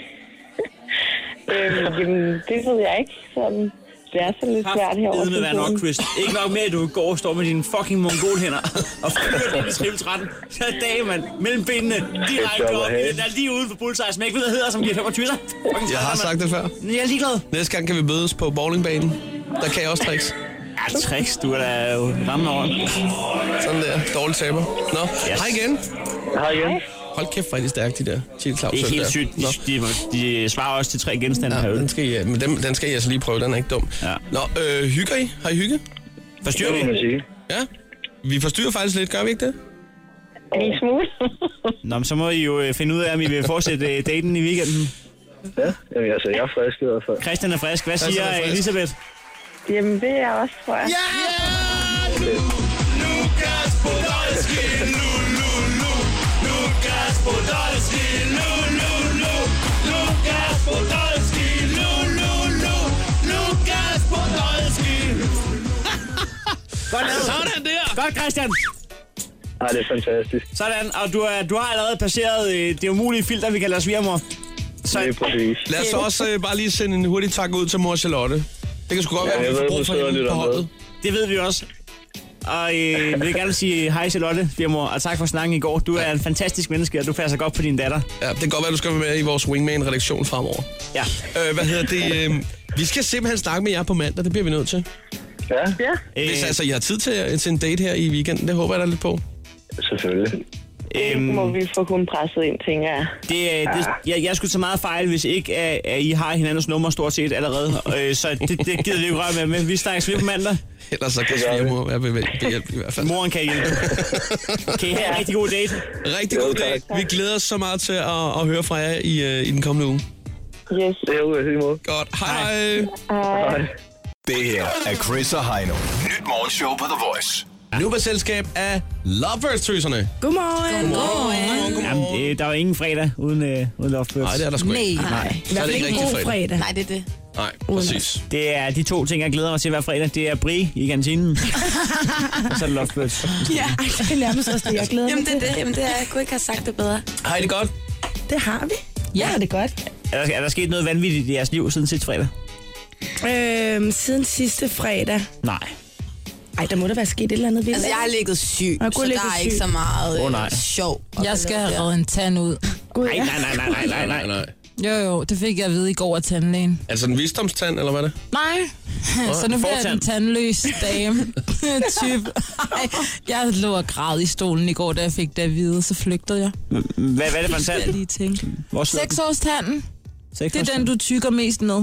Jamen, det ved jeg ikke. Sådan, det er så lidt svært herovre. med være nok, Chris. Ikke nok med, at du går og står med dine fucking mongolhænder og fyrer den i trippeltrætten. Så er dag, mand, mellem benene, direkte op i den der lige ude for bullseye, som jeg ikke ved, hvad hedder, som giver 25 sig. Jeg har sagt det før. Jeg er ligeglad. Næste gang kan vi mødes på bowlingbanen. Der kan jeg også tricks. Ja, tricks, du er da jo ramme over. Sådan der. Dårlig taber. Nå, Yes. hej igen. Hej igen. Hold kæft, hvor er de stærke, de der Chili Claus. Det er helt sygt. De svarer også til 3 genstande per Ja, øl. den skal jeg altså lige prøve. Den er ikke dum. Ja. Nå, hygger I? Har I hygge? Forstyrrer Det må man vi? sige. Ja. Vi forstyrrer faktisk lidt, gør vi ikke det? En lille smule. Nå, men så må I jo finde ud af, om I vil fortsætte daten i weekenden. Ja, jamen, altså, jeg er frisk i hvert fald. Christian er frisk. Hvad Christian siger er frisk. Elisabeth? Jamen, det er jeg også, tror jeg. Lukas Podolski, Lukas Podolski, Lukas Podolski, Lukas Podolski. Godt lavet. Sådan der. Godt, Christian. Ej, det er fantastisk. Sådan, og du har allerede passeret det umulige filter, vi kalder svigermor. Så Det er præcis. Lad os så også bare lige sende en hurtig tak ud til mor Charlotte. Det kan sgu godt være, Ja, at vi jeg får ved, brug du for sidder og hende lytter på med. holdet. det ved vi også. Og jeg vil gerne sige hej Charlotte, svigermor, og tak for snakken i går. Du er en fantastisk menneske, og du passer godt på din datter. Ja, det kan godt være, du skal være med i vores Wingman-redaktion fremover. Ja. Hvad hedder det? Vi skal simpelthen snakke med jer på mandag, det bliver vi nødt til. Ja, Hvis altså, I har tid til en date her i weekenden, det håber jeg da lidt på. selvfølgelig. Det må vi få kun presset ind, tænker jeg. Jeg skulle tage meget fejl, hvis ikke at I har hinandens nummer stort set allerede. Så det gider vi jo røre med. Men vi snakkes ved på mandag. Ellers så kan svigermor være behjælp i hvert fald. Moren kan hjælpe. Kan I have en rigtig god date? Rigtig god dag. Vi glæder os så meget til at høre fra jer i den kommende uge. Yes. Det er jo helt måde. Godt. Hej. Hej. Det her er Chris og Heino. Nyt morgenshow på The Voice. Nu var selskab af Lovebirds-tøserne. Godmorgen. Jamen, der er jo ingen fredag uden Lovebirds. Nej, det er der sgu ikke. Nej. Så er det ikke rigtig fredag. Nej, det er det. Nej, præcis. Det er de 2 ting, jeg glæder mig til hver fredag. Det er Brie i kantinen. Og så er det Lovebirds. Ja, det er nærmest også det, jeg glæder mig til. Jamen det er, jeg kunne ikke have sagt det bedre. Hej, det godt. Det har vi. Ja, det er godt. Er der sket noget vanvittigt i jeres liv siden sidste fredag? Siden sidste fredag. Nej. Ej, der må da være sket et eller andet vildt. Altså, jeg har ligget syg, Og så der er ikke så meget nej. sjov. Jeg skal have reddet en tand ud. Gud, Nej. Jo, det fik jeg at vide i går af tandlægen. Altså en visdomstand, eller hvad er det? Nej, så nu bliver jeg en tandløs dame-type. Jeg lå og græd i stolen i går, da jeg fik det at vide, så flygtede jeg. Hvad er det for en tand? Jeg lige tænke. 6-årstanden. Det er den, du tykker mest med.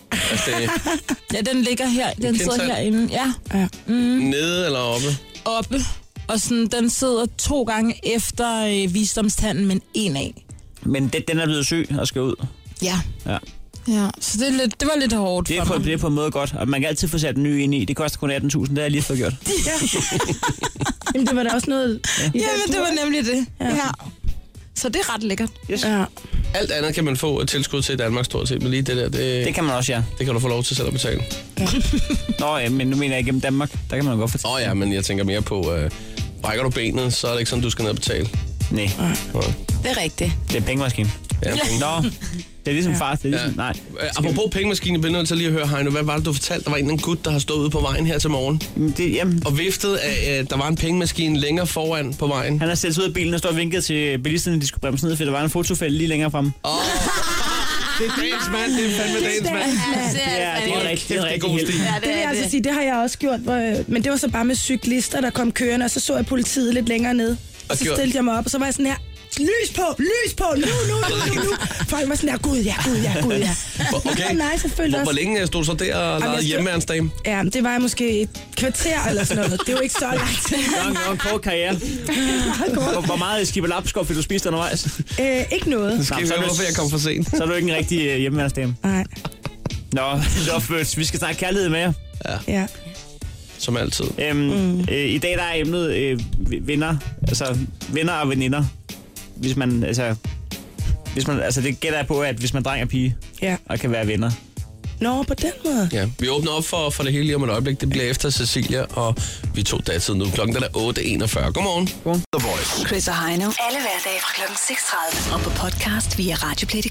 Ja, den ligger her. Den sidder herinde. Ja. Nede eller oppe? Oppe. Og sådan, den sidder 2 gange efter visdomstanden, men 1 af. Men den er blevet syg og skal ud? Ja. Så det var lidt hårdt for mig. Det er på en måde godt, og man kan altid få sat en ny ind i. Det koster kun 18.000, det har jeg lige fået gjort. Ja. Jamen, det var da også noget... Ja, men det var nemlig det. Ja. Så det er ret lækkert. Yes. Ja. Alt andet kan man få et tilskud til i Danmark, stort set, men lige det der, det kan man også, ja. Det kan du få lov til selv at betale. Ja. Nå, men nu mener jeg gennem Danmark, der kan man godt få ja, men jeg tænker mere på, brækker du benet, så er det ikke sådan, du skal ned og betale. Nej. Det er rigtigt. Det er pengemaskine. Ja, Nå, det er ligesom far. Det er ligesom, nej. Apropos pengemaskine, jeg bliver nødt til lige at høre, Heino, hvad var det, du fortalte? Der var en eller anden gut, der har stået ude på vejen her til morgen. Og viftede af, der var en pengemaskine længere foran på vejen. Han har stillet sig ud af bilen og står og vinket til bilisterne, de skulle bremse ned, for der var en fotofælde lige længere fremme. Det er dagens mand, det er fandme dagens mand. Det er rigtig god stil. Det vil jeg altså sige, det har jeg også gjort, men det var så bare med cyklister, der kom kørende, og så så jeg politiet lidt længere ned. Og så stillede jeg mig op, og så var jeg sådan her, lys på, nu. Folk var sådan her, gud ja. Okay, hvor længe stod du så der og lavede hjemmeværnsdame? Ja, det var måske et kvarter eller sådan noget. Det var ikke så langt. Det var en kort karriere. Hvor meget skibelapskov fik du spist undervejs? Ikke noget. Skal vi høre, hvorfor jeg kom for sent? Så er du ikke en rigtig hjemmeværnsdame. Nej. Nå, vi skal snakke kærlighed med jer. Ja. Som altid. I dag der er emnet venner, altså venner og veninder. Hvis man, det gætter jeg på, at hvis man dreng og pige, og kan være venner. Nå, på den måde. Ja, vi åbner op for det hele lige om et øjeblik. Det bliver efter Cecilia, og vi tog datid nu. Klokken er 8.41. Godmorgen. The Voice. Chris og Heino. Alle hverdage fra klokken 6.30. Og på podcast via Radioplay.dk.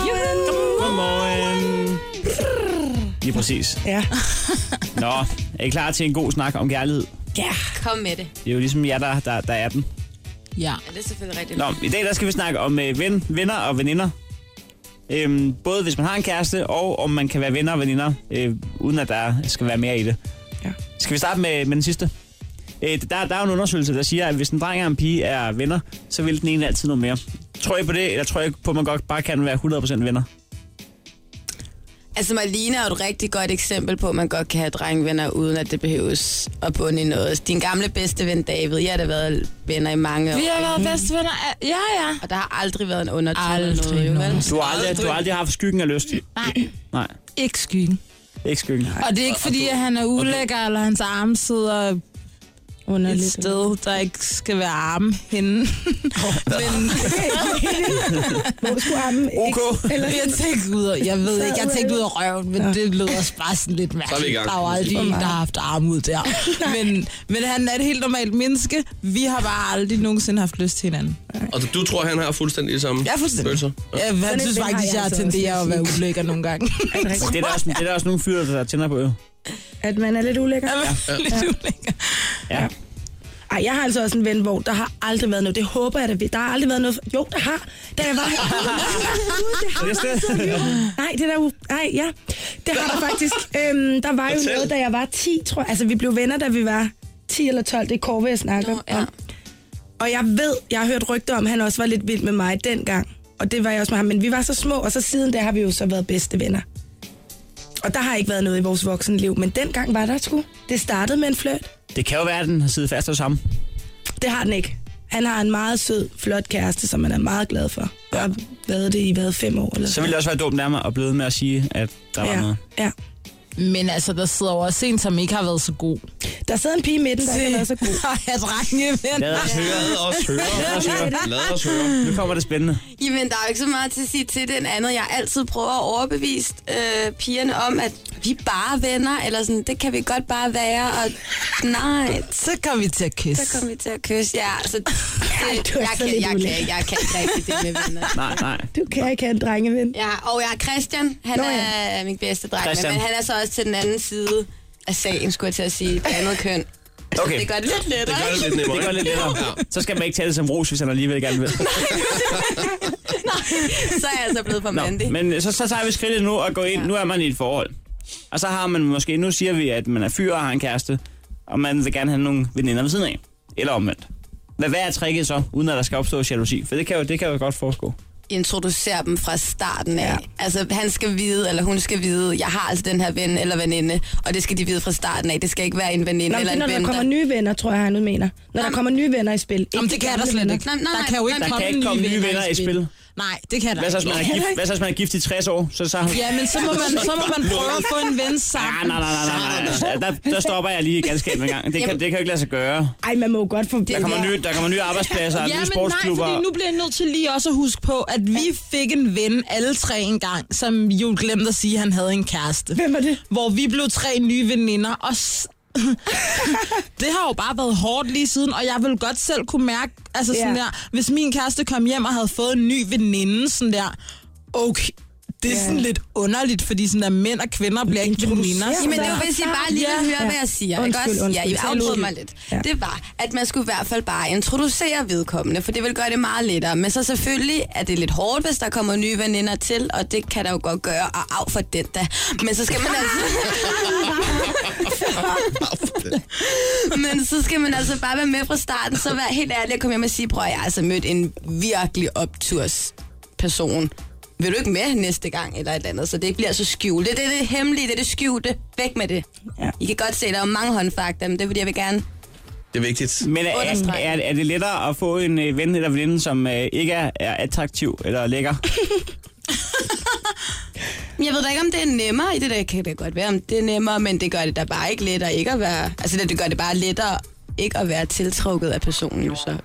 Godmorgen. Lige præcis. Ja. Nå, er I klar til en god snak om kærlighed? Ja. Kom med det. Det er jo ligesom jer, der er den. Ja, det er selvfølgelig rigtigt. Nå, i dag der skal vi snakke om venner og veninder. Både hvis man har en kæreste, og om man kan være venner og veninder, uden at der skal være mere i det. Ja. Skal vi starte med den sidste? Der er jo en undersøgelse, der siger, at hvis en dreng og en pige er venner, så vil den ene altid noget mere. Tror I på det, eller tror I på, at man godt bare kan være 100% venner? Altså Marlene er jo et rigtig godt eksempel på, at man godt kan have drengvenner, uden at det behøves at bunde i noget. Din gamle bedste ven David, jeg har da været venner i mange år. Vi har været bedste venner, ja. Og der har aldrig været en undertone eller noget. Du har aldrig haft skyggen af lyst? Nej. Ikke skyggen. Ikke skyggen. Og det er ikke fordi, at han er ulækker, eller hans arme sidder et sted, der ikke skal være arme henne. Men hvor skulle armen okay. Eller jeg tænkte ud af, jeg ved ikke, jeg tænkte ud af røven, men det lød også bare sådan lidt mærkeligt. Der er jo aldrig en, der har haft arme ud der. Men han er et helt normalt menneske. Vi har bare aldrig nogensinde haft lyst til hinanden. Og du tror, han har fuldstændig samme følelser? Ja, han synes faktisk, jeg tenderer at være ulækker nogle gange. Det er der også nogle fyre, der tænder på, jo. At man er lidt ulækker? Ja, lidt ulækker. Ja. Ej, jeg har altså også en ven, hvor der har aldrig været noget. Det håber jeg, der har aldrig været noget. Jo, der har. Da jeg var det har der faktisk. Der var jo noget, da jeg var 10, tror jeg. Altså, vi blev venner, da vi var 10 eller 12. Det er Kåre, jeg snakker om. Og jeg har hørt rygter om, at han også var lidt vild med mig dengang. Og det var jeg også med ham. Men vi var så små, og så siden der har vi jo så været bedste venner. Og der har ikke været noget i vores voksenliv, men dengang var der sgu. Det startede med en flirt. Det kan jo være, at den har siddet fast hos ham. Det har den ikke. Han har en meget sød, flot kæreste, som man er meget glad for. Jeg har været det i 5 år. Eller så ville det også være dumt nærmere at blive med at sige, at der var noget. Ja. Men altså, der sidder jo også en, som ikke har været så god. Der sidder en pige i midten, der ikke har været så god. Jeg drenge, men... Lad os høre. Nu kommer det spændende. Jamen, der er jo ikke så meget til at sige til den andet. Jeg altid prøver at overbevise pigerne om, at vi bare er venner, eller sådan, det kan vi godt bare være, og nej. Så kommer vi til at kysse. Ja, altså, jeg kan ikke rigtig det med venner. Nej. Du kan ikke have en drengeven. Ja, og jeg er Christian, han er min bedste dreng, men han er så også til den anden side af sagen, skulle jeg til at sige, det andet køn. Okay. Det gør det lidt lettere. Det gør lidt lettere. Så skal man ikke tage det som ros, hvis han alligevel gerne vil. Så er jeg altså blevet for mandig. Men så tager vi skridtet nu og går ind. Ja. Nu er man i et forhold. Og så har man måske, nu siger vi, at man er fyr og har en kæreste, og man vil gerne have nogle veninder ved siden af. Eller omvendt. Hvad er tricket så, uden at der skal opstå jalousi? For det kan jo godt foregå. Introducere dem fra starten af. Ja. Altså, han skal vide, eller hun skal vide, jeg har altså den her ven eller veninde, og det skal de vide fra starten af. Det skal ikke være en veninde eller en ven. Når der kommer nye venner, tror jeg, han nu mener. Når der kommer nye venner i spil. Jamen, det kan der slet ikke. Der kan jo ikke komme nye venner i spil. Nej, det kan der ikke. Hvad så, hvis man er gift i 60 år? Ja, men så må man prøve at få en ven sammen. Nej. Der stopper jeg lige ganske en gang. Det kan jo ikke lade sig gøre. Ej, man må godt få... Der kommer nye arbejdspladser, nye sportsklubber. Ja, men nej, fordi nu bliver jeg nødt til lige også at huske på, at vi fik en ven alle tre en gang, som jo glemte at sige, at han havde en kæreste. Hvem var det? Hvor vi blev 3 nye veninder, og det har jo bare været hårdt lige siden, og jeg vil godt selv kunne mærke, altså sådan der, hvis min kæreste kom hjem og havde fået en ny veninde, sådan der, okay, det er sådan lidt underligt, fordi sådan der mænd og kvinder bliver ikke veninder. Men det var, hvis I bare lige vil høre, hvad jeg siger. Undskyld. Ja, I afbrød mig lidt. Ja. Det var, at man skulle i hvert fald bare introducere vedkommende, for det vil gøre det meget lettere. Men så selvfølgelig er det lidt hårdt, hvis der kommer nye veninder til, og det kan der jo godt gøre, og af for den da. Men så skal man Men så skal man altså bare være med fra starten, så vær helt ærlig og komme hjem og sige, prøv, jeg har altså mødt en virkelig opturs person. Vil du ikke med næste gang, eller et eller andet, så det ikke bliver så skjult. Det er det hemmelige, det er det skjulte. Væk med det. Ja. I kan godt se, der er mange håndfakter, men det er fordi, jeg vil gerne... Det er vigtigt. Men er det lettere at få en ven eller veninde, som ikke er attraktiv eller lækker? Jeg ved da ikke, om det er nemmere. Det der kan det godt være, om det er nemmere, men det gør det da bare ikke lettere ikke at være... Altså, det gør det bare lettere ikke at være tiltrukket af personen, jo så...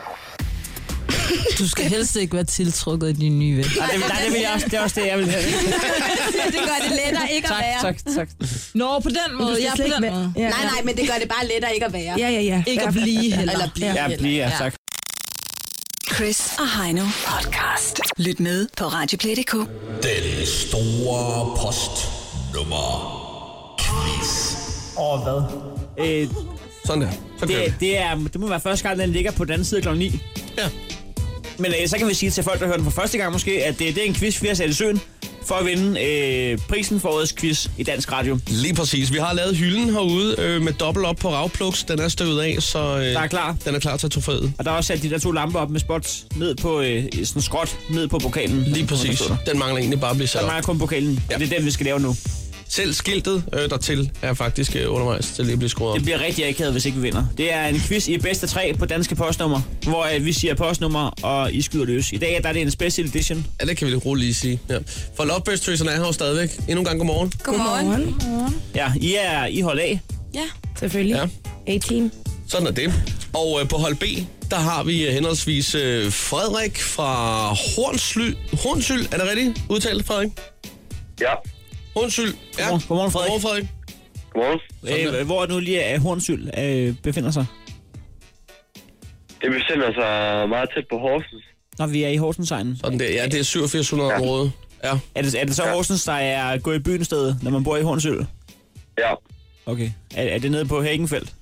Du skal helst ikke være tiltrukket af dine nye venner. Det er også det, jeg vil have. Det gør det lettere ikke at være. Tak. Nå, på den måde. Ja, på den måde. Nej, men det gør det bare lettere ikke at være. Ja. Ikke at blive heller. Eller blive. Ja, tak. Chris og Heino podcast. Lyt med på radioplay.dk. Den store postnummer quiz. Hvad? Sådan der. Det må være første gang, den ligger på den anden side kl. 9. Ja. Men så kan vi sige til folk, der hører den for første gang måske, at det er en quiz, vi har sat i søen for at vinde prisen for årets quiz i Dansk Radio. Lige præcis. Vi har lavet hylden herude med dobbelt op på Ravplugs. Den er støvet af, så der er klar. Den er klar til trofæet. Og der er også sat de der 2 lamper op med spots ned på sådan skråt ned på pokalen. Lige præcis. Den mangler egentlig bare at blive sat op. Der mangler kun pokalen. Ja. Det er den, vi skal lave nu. Selv skiltet dertil er faktisk undervejs til lige at blive skruet op. Det bliver rigtig akavet, hvis ikke vi vinder. Det er en quiz i bedste 3 på danske postnummer, hvor vi siger postnummer, og I skyder løs. I dag der er det en special edition. Ja, det kan vi roligt lige sige. Ja. For Lovebirds-trøserne er her jo stadigvæk. Endnu en gang godmorgen. Godmorgen. Ja, I hold A. Ja, selvfølgelig. Ja. A-team. Sådan er det. Og på hold B, der har vi henholdsvis Frederik fra Hornsyld. Er det rigtigt udtalt, Frederik? Ja. Hornsyld. Ja. Godmorgen, Frederik. Godmorgen, Frederik. Godmorgen. Hvor er nu lige Hornsyld befinder sig? Det befinder sig meget tæt på Horsens. Når vi er i Horsensegnen. Sådan der. Ja, det er 8700 område. Ja. Er det så Horsens, der er gået i byen sted, når man bor i Hornsyld? Ja. Okay. Er det nede på Hagenfeldt?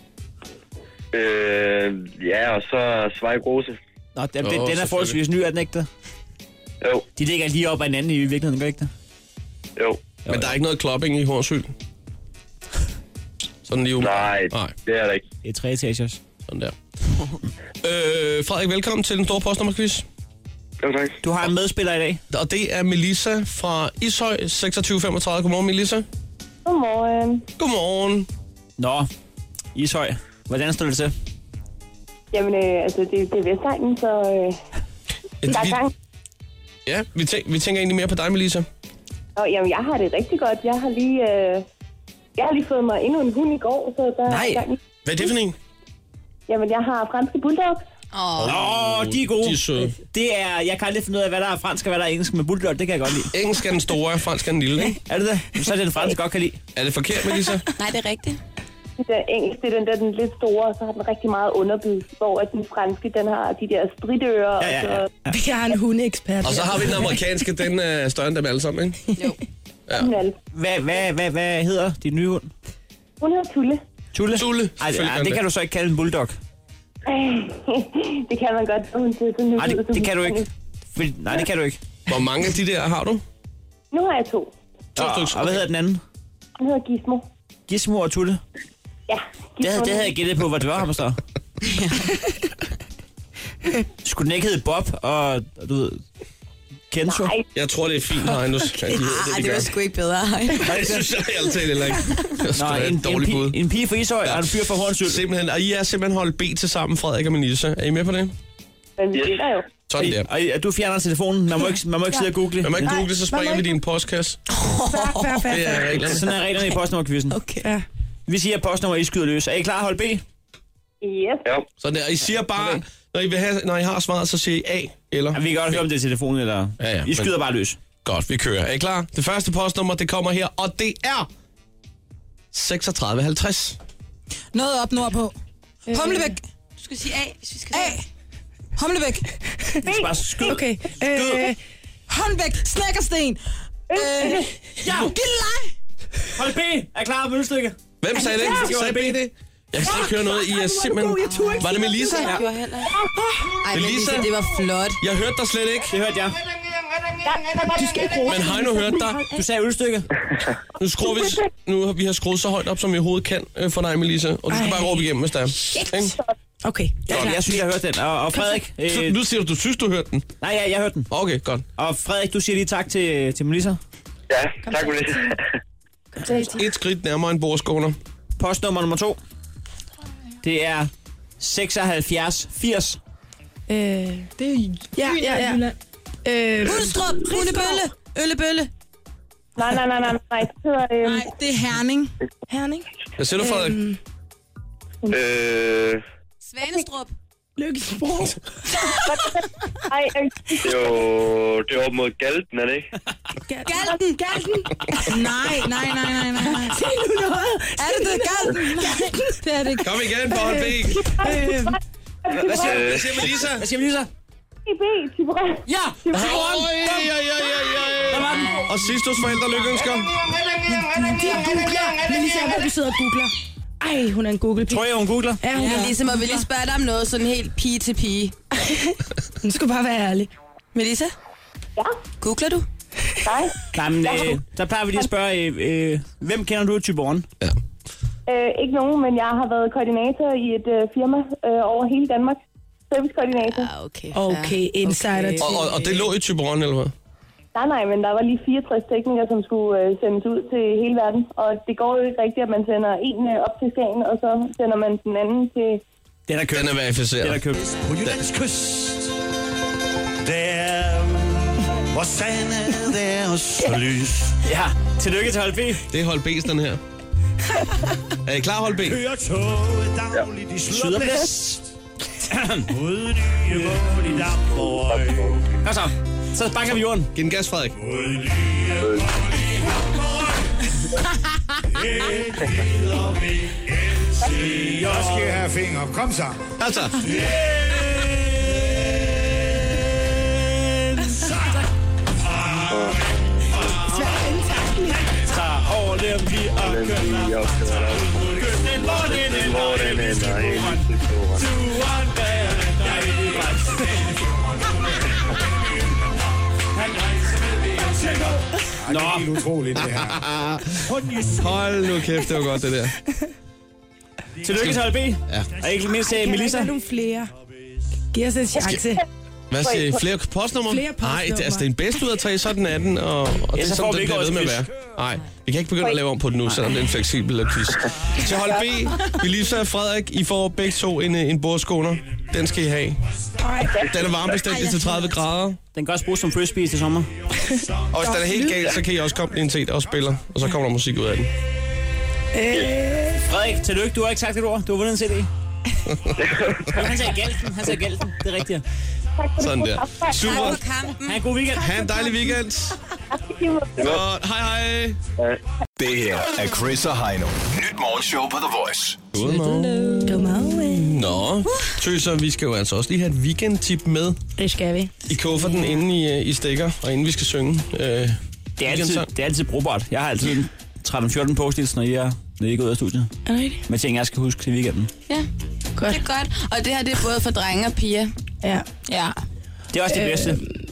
Ja, og så Zweig Rose. Nå, den er forholdsvis ny, er den ikke det? Jo. De ligger lige op ad hinanden i virkeligheden, gør ikke det? Jo. Men der er ikke noget clubbing i Hornsyld? Sådan lige Nej, det er der ikke. Det er 3 etagers. Sådan der. Frederik, velkommen til den store postnummerquiz. Jo, tak. Du har en medspiller i dag. Og det er Melissa fra Ishøj 2635. Godmorgen, Melissa. Godmorgen. Godmorgen. Nå, Ishøj. Hvordan står det til? Jamen, altså, det er Vestegnen, så der er gang. Ja, vi tænker egentlig mere på dig, Melissa. Jamen, jeg har det rigtig godt. Jeg har lige fået mig endnu en hund i går, så der er gang. Hvad er det for en? Jamen, jeg har franske bulldogs. De er gode. De er søde. Jeg kan aldrig finde ud af, hvad der er fransk og hvad der er engelsk med bulldog. Det kan jeg godt lide. Engelsk er den store, fransk er den lille, ikke? Er det det? Så er det den franske, godt kan lide. Er det forkert, Melissa? Nej, det er rigtigt. Det engelsk, det er den lidt store, og så har den rigtig meget underbid, hvor den franske, den har de der stridører. Ja. Vi har en hundeekspert. Og så har vi den amerikanske, den er større end dem alle sammen, ikke? Jo. Ja. Hvad hedder din nye hund? Hun hedder Tulle. Tulle? Ej, det kan du så ikke kalde en bulldog. Det kan man godt. Det kan du ikke. Nej, det kan du ikke. Hvor mange af de der har du? Nu har jeg 2. Og hvad hedder den anden? Den hedder Gizmo. Gizmo og Tulle? Ja. Det havde jeg gættet på, hvad det var, hamster. Skulle den ikke hedde Bob og du ved, Kenzo? Nej. Jeg tror, det er fint, Heinus. Det var sgu ikke bedre. Nej, det synes jeg altid heller ikke. En pige fra Ishøj og en fyr fra Hornsyld. Simpelthen, og I er simpelthen holdt B til sammen, Frederik og Melissa. Er I med på det? Men vi er jo. Sådan der. Og du fjerner telefonen. Man må ikke sidde og google. Man må ikke google, så springer vi din postkasse. Det er reglerne. Sådan er reglerne i postnummerquizzen. Okay. Ja. Vi siger, at postnummer I skyder løs. Er I klar? Hold B? Yes. Ja. Sådan der. I siger bare, når I har svaret, så siger I A, eller? Ja, vi kan godt høre, om det er telefonen, eller... Ja, I skyder bare løs. Godt, vi kører. Er I klar? Det første postnummer, det kommer her, og det er 3650. Noget op nordpå. Humlebæk. Du skal sige A, hvis vi skal A. Humlebæk. Bare skyd. Okay. Håndbæk. Snækkersten. Ja. Gilleleje. Hold B. Er klar på ølstykke? Hvem sagde det? Sagde B det? Jeg kan ikke høre noget. I er simpelthen... Var det Melissa? Ja. Ej, Melissa, det var flot. Jeg hørte dig slet ikke. Det hørte jeg. Men Heino hørte dig. Du sagde ølstykke. Nu skruer vi... Nu har vi skruet så højt op, som vi overhovedet kan for dig, Melissa. Og du skal bare råbe igennem, hvis der er. Okay. Jeg synes, jeg hørte den. Og Frederik... Nu siger du synes, du hørte den? Nej, jeg hørte den. Okay, godt. Og Frederik, du siger lige tak til Melissa. Ja, tak Melissa. Et skridt nærmere en bordskåner. Postnummer nummer 2. Det er 7680. Det er Ja. Hundstrup, Hundebølle, Øllebølle. Nej. Det hedder... Nej, det er Herning. Herning. Hvad siger du, Frederik? Svanestrup. Lykkesborg. Det er op mod Galten, er det ikke? Galten. Nej. Sig nu noget. Er det Galten? Nej, det er det ikke. Kom igen, Paul B. Hvad siger Melissa? Hvad siger Melissa? B, Tiburon. Ja! Der var den. Og Sistos forældre lykønsker. Melissa, hvor du sidder og googler. Ej, hun er en Google-pige. Tror jeg, hun googler? Ja, hun er. Melissa, må vi lige spørge dig om noget sådan helt pige til pige. Hun skulle bare være ærlig. Melissa? Ja? Googler du? Nej, men der plejer vi lige at spørge, hvem kender du i Thyborøn? Ja. Ikke nogen, men jeg har været koordinator i et firma over hele Danmark. Servicekoordinator. Okay, insider. Og det lå i Thyborøn, eller hvad? Nej, men der var lige 64 teknikere, som skulle sendes ud til hele verden. Og det går jo ikke rigtigt, at man sender en op til Skagen, og så sender man den anden til... Den er købt. Den er verificeret. Den er købt. På Jyllands kyst, der hvor sandet er så lys. Ja, tillykke til hold B. Det er hold B's, den her. Er I klar, hold B? Kører toget dagligt i Sydblæst. Mod nye vågen i Damborg. Kom så banker vi jorden. Giv den gas, Frederik. Mod nye vågen i Damborg. Et videre vi elsker. Jeg skal have fingre. Kom så. Altså. Tag over dem, vi og kønner. Den hvor den ender helt til kloren. Turen bærer dig i græs. Nå. Det er helt utroligt, det her. Hold nu kæft, det var godt, det der. Tillykke til hold B. Ja. Og ikke mindst til Melissa. Der er nogle flere. Giv os en chance. Hvad siger I? Flere postnummer? Flere postnummer. Nej, det er den bedste ud af 3, sådan er den, og det er så sådan, får vi den ikke bliver ved med at være. Nej, vi kan ikke begynde at lave om på det nu, selvom det er en fleksibel quiz. Til hold B, Melissa og Frederik, I får begge to en bordskåner. Den skal I have. Den er varmebestemt til 30 grader. Den kan også bruges som frisbee til sommer. Og hvis den er helt galt, så kan I også komme ind til og spiller, og så kommer der musik ud af den. Frederik, tillykke. Du har ikke sagt et ord. Du har vundet en CD. Han sagde galten. Det er rigtigt. Sådan der. Super. Ha' en god weekend. Ha' en dejlig weekend. Godt. Hej. Det her er Chris og Heino. Nyt morgenshow på The Voice. Godmorgen. Nå, tøser, vi skal jo altså også lige have et weekendtip med. Det skal vi. I kufferten, inden I stikker, og inden vi skal synge. Det er altid brugbart. Jeg har altid 13-14 post-its, når I går ud af studiet. Er det rigtigt? Med ting, jeg skal huske til weekenden. Ja, godt. Det er godt. Og det her, det er både for drenge og piger. Ja. Det er også det bedste.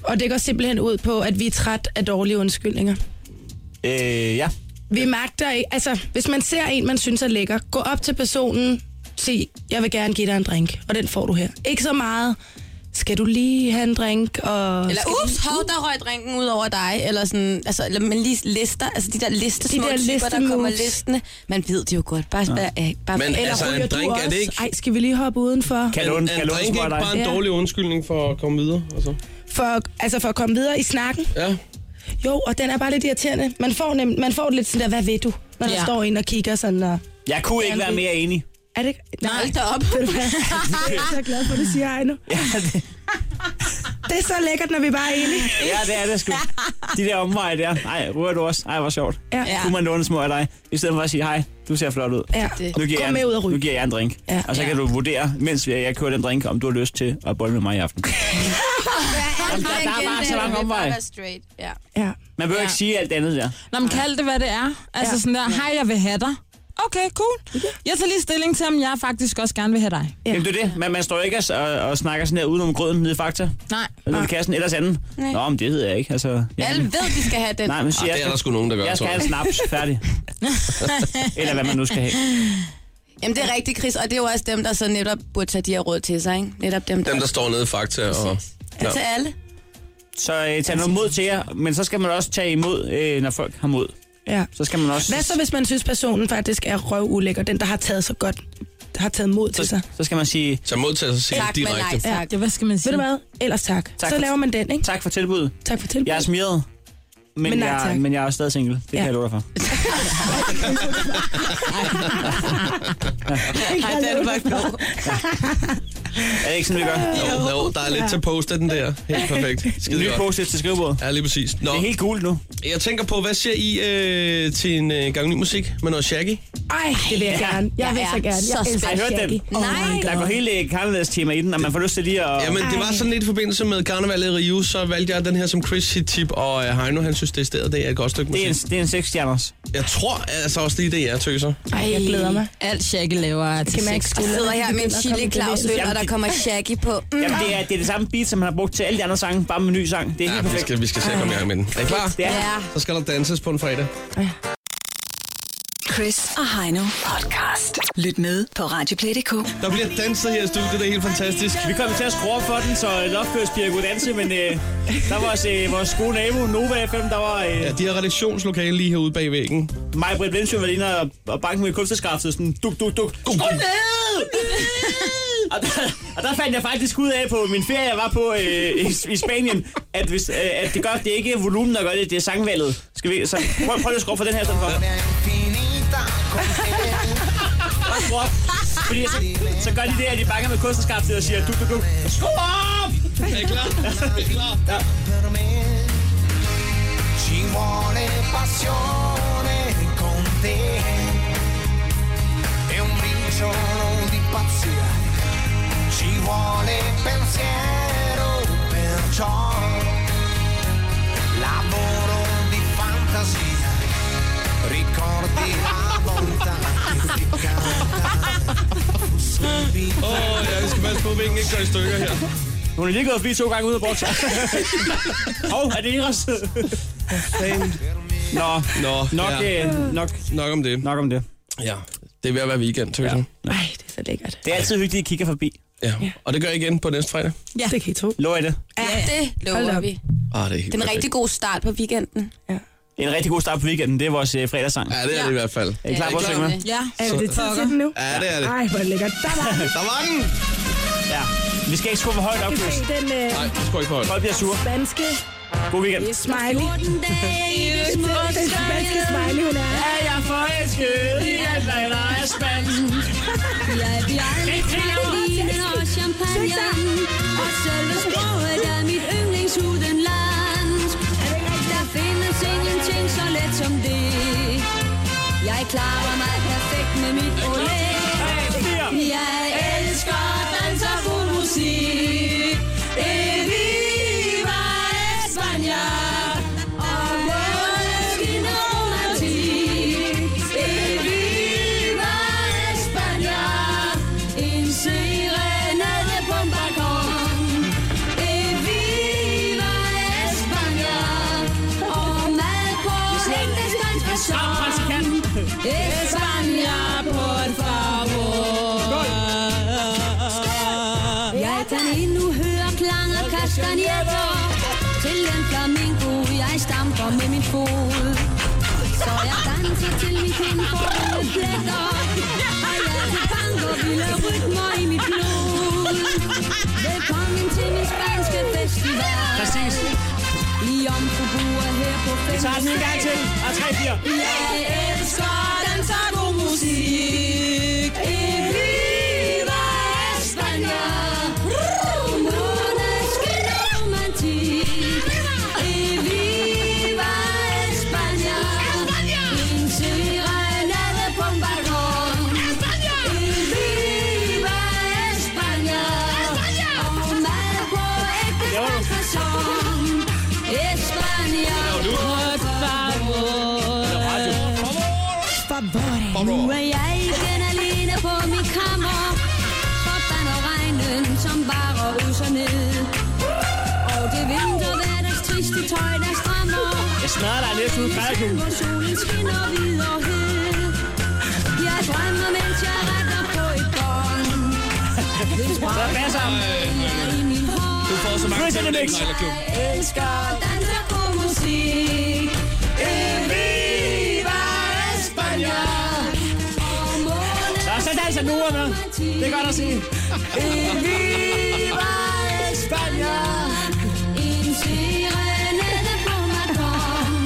Og det går simpelthen ud på, at vi er træt af dårlige undskyldninger. Ja. Vi magter ikke... Altså, hvis man ser en, man synes er lækker, gå op til personen, sig, jeg vil gerne give dig en drink, og den får du her. Ikke så meget... Skal du lige have en drink? Og eller ups, der røg drinken ud over dig. Eller sådan, altså, eller man lige lister, altså de der små typer, der kommer listende. Man ved det jo godt. Bare men altså en drink, er det ikke... Ej, skal vi lige hoppe udenfor? En drink er ikke bare en dårlig undskyldning for at komme videre? Altså. For at komme videre i snakken? Ja. Jo, og den er bare lidt irriterende. Man får lidt sådan der, hvad ved du? Når der står en og kigger sådan og... Jeg kunne ikke være mere enig. Er det ikke? Nej, derop. Jeg er så glad for, at du siger, Heino. Ja, det er så lækkert, når vi bare er enige. Ja, det er det sgu. De der omveje der. Ej, rører du også? Ej, hvor sjovt. Ja. Kunne man låne små af dig, i stedet for at sige, hej, du ser flot ud. Ja. Nu giver jeg en drink. Ja. Og så kan du vurdere, mens jeg kører den drink, om du har lyst til at bolle med mig i aften. Der er bare så mange omveje. Ja. Man behøver ikke sige alt andet der. Nå, men kald det, hvad det er. Altså sådan der, hej, jeg vil have dig. Okay, cool. Jeg tager lige stilling til, om jeg faktisk også gerne vil have dig. Ja. Jamen det er det. Men man står ikke og snakker sådan her udenom grøden nede i Fakta. Nej. Eller i kassen, ellers anden. Nej. Nå, men det ved jeg ikke. Altså, alle ved, de skal have den. Nej, men siger, det er der sgu nogen, der gør. Jeg skal have en snaps, færdig. Eller hvad man nu skal have. Jamen det er rigtigt, Chris, og det er jo også dem, der så netop burde tage de her råd til sig, ikke? Netop dem, der står nede i Fakta. Og... Ja. Til alle. Så tag noget mod til jer, men så skal man også tage imod, når folk har mod. Ja. Så skal man også... Hvad så, hvis man synes, personen faktisk er røvulækker, den, der har taget så godt, har taget mod til sig? Så skal man sige... Så mod til sig sige direkte. Tak, men nej, tak. Ja, hvad skal man sige? Ved du hvad? Ellers tak. Så laver man den, ikke? Tak for tilbuddet. Tak for tilbuddet. Jeg er smiret. Men jeg er stadig single. Det kan jeg love dig for. Ej, den var god. Er det ikke sådan, vi gør? Jo, der er lidt til post den der. Helt perfekt. Ny post-it til skrivebordet. Ja, lige præcis. Nå. Det er helt gult nu. Jeg tænker på, hvad siger I til en gang ny musik med noget Shaggy? Ej, det vil jeg gerne. Jeg vil så gerne. Har I hørt den? Nej. Der går hele karnevalstema i den, og man får lyst til lige at... Jamen, det var sådan lidt i forbindelse med karnevalet i Rio, så valgte jeg den her som Chris hit tip, og Heino, han synes, det er et godt stykke musik. Det er en 6-stjerners. Jeg tror altså også lige, det er tøser. Ej, jeg glæder mig. Alt Shaggy laver til 6. Jeg sidder her med en chili Claus øl, og der kommer Shaggy på. Jamen, det er det samme beat, som han har brugt til alle de andre sange, bare med ny sang. Det er helt perfekt. Vi skal se, om jeg er med den. Er I klar? Ja. Så skal der danses på en fredag. Ja. Chris og Heino podcast. Lyt med på radioplay.dk. Der bliver danset her i studiet, det er helt fantastisk. Vi kommer til at skrue op for den, så Lofførspiger kunne danse, men der var vores gode nabo, Nova FM, der var... Ja, de har redaktionslokale lige herude bag væggen. Mig, Britt Lindsjø, var inde og banke med kunstnerskaftet, sådan duk. Skru ned! Og der fandt jeg faktisk ud af på min ferie, jeg var på i Spanien, at det ikke er volumen, der gør det, det er sangvalget. Skal vi, så prøv lige at skrue for den her stedet for. Skru op. Fordi så gør de det, at de banker med kunstnerskaftet og siger duk. Skru op! Er I klar? Ja. Ci vuole passione con te e un briciolo di pazzia, ci vuole pensiero, perciò lavoro di fantasia, ricordi la volta che ti canta. Jeg skal passe på, at vingen ikke går i stykker her. Hun er lige gået forbi 2 gange ud af boksen. Er det Iris? Nok om det. Nok om det. Ja, det er ved at være weekend, tøser. Ja. Nej, det er så lækkert. Det er altid hyggeligt, at I kigger forbi. Ja, og det gør I igen på næste fredag. Ja, det kan I tro. Lover I det? Ja, det lover vi. Det er helt det er en rigtig god start på weekenden. Ja. En rigtig god start på weekenden, det er vores fredagssang. Ja, det er det i hvert fald. Er I klar på at synge med? Ja. Er det tid til den nu? Ja, det er det. Ej, hvor er det lækkert. Der var den! Ja, vi skal ikke skrue for højt op, Chris. Nej, vi skal ikke for højt. Folk bliver sure. Spanske. God weekend. Smiley. Den spanske smiley, hun er. Er jeg forelsket i at der er spansk? Jeg vinen og champagne, og selve sproget er mit yndlingsudenland. Der findes ingenting så let som det. Jeg klarer mig perfekt med mit olé. Jeg elsker dansefuld musik. Viva España. Og både skinner romantik. Viva España. En serenade på en balkon. Viva jeg stamper med min fod. Så jeg danser til min kind får røde pletter. Og hjertet banker vilde rytmer i mit blod. Velkommen til min spanske festival. Præcis. I omforbruger her på festival. Vi tager den en gang til. Og 3-4. Jeg elsker danser god musik. Viva España. Måneskin og romantik. Viva España. En serenade på en balkon. Viva España. Og mad på ægte fransk facon. España, por favor. Nu er jeg igen alene på min kammer. For vand og regnen, som bare øser ned. Og det vinterhverdags triste tøj, der strammer. Jeg smadrer dig næsten ud i Krejerklubben. Hvor solen skinner hvid og hed. Jeg drømmer, mens jeg retter på et bånd. Så bær sammen. Du får så mange ting i den Krejerklubben. Jeg elsker danser god musik. Viva España. Så danser nu med. Det er godt at sige. Viva España. En serenade på Macron.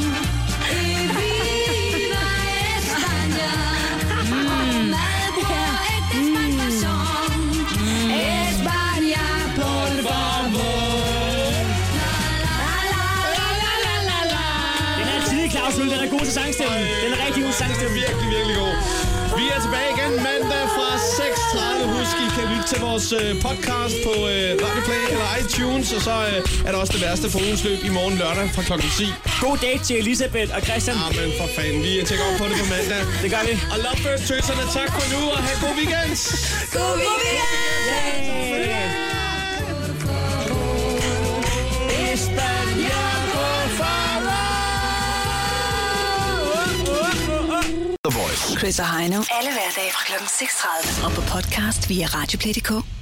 Viva España. Og mad på ægte fransk facon. España, por favor. Den er tidlig, Claus Lyl. Den er god til sangstemmen. Den er rigtig god til sangstemmen. Virkelig, virkelig god. Vi er tilbage igen mandag fra 6:30. Husk, I kan lytte til vores podcast på Radio Play eller iTunes. Og så er der også det værste for ugens løb i morgen lørdag fra klokken 10. God date til Elisabeth og Christian. Men for fanden, vi tænker op på det på mandag. Det gør vi. Og Lovebirds-tøserne, tak for nu, og have god weekend. God weekend! España, por favor. The Voice. Chris og Heino. Alle hverdage fra kl. 6:30. Og på podcast via Radioplay.dk.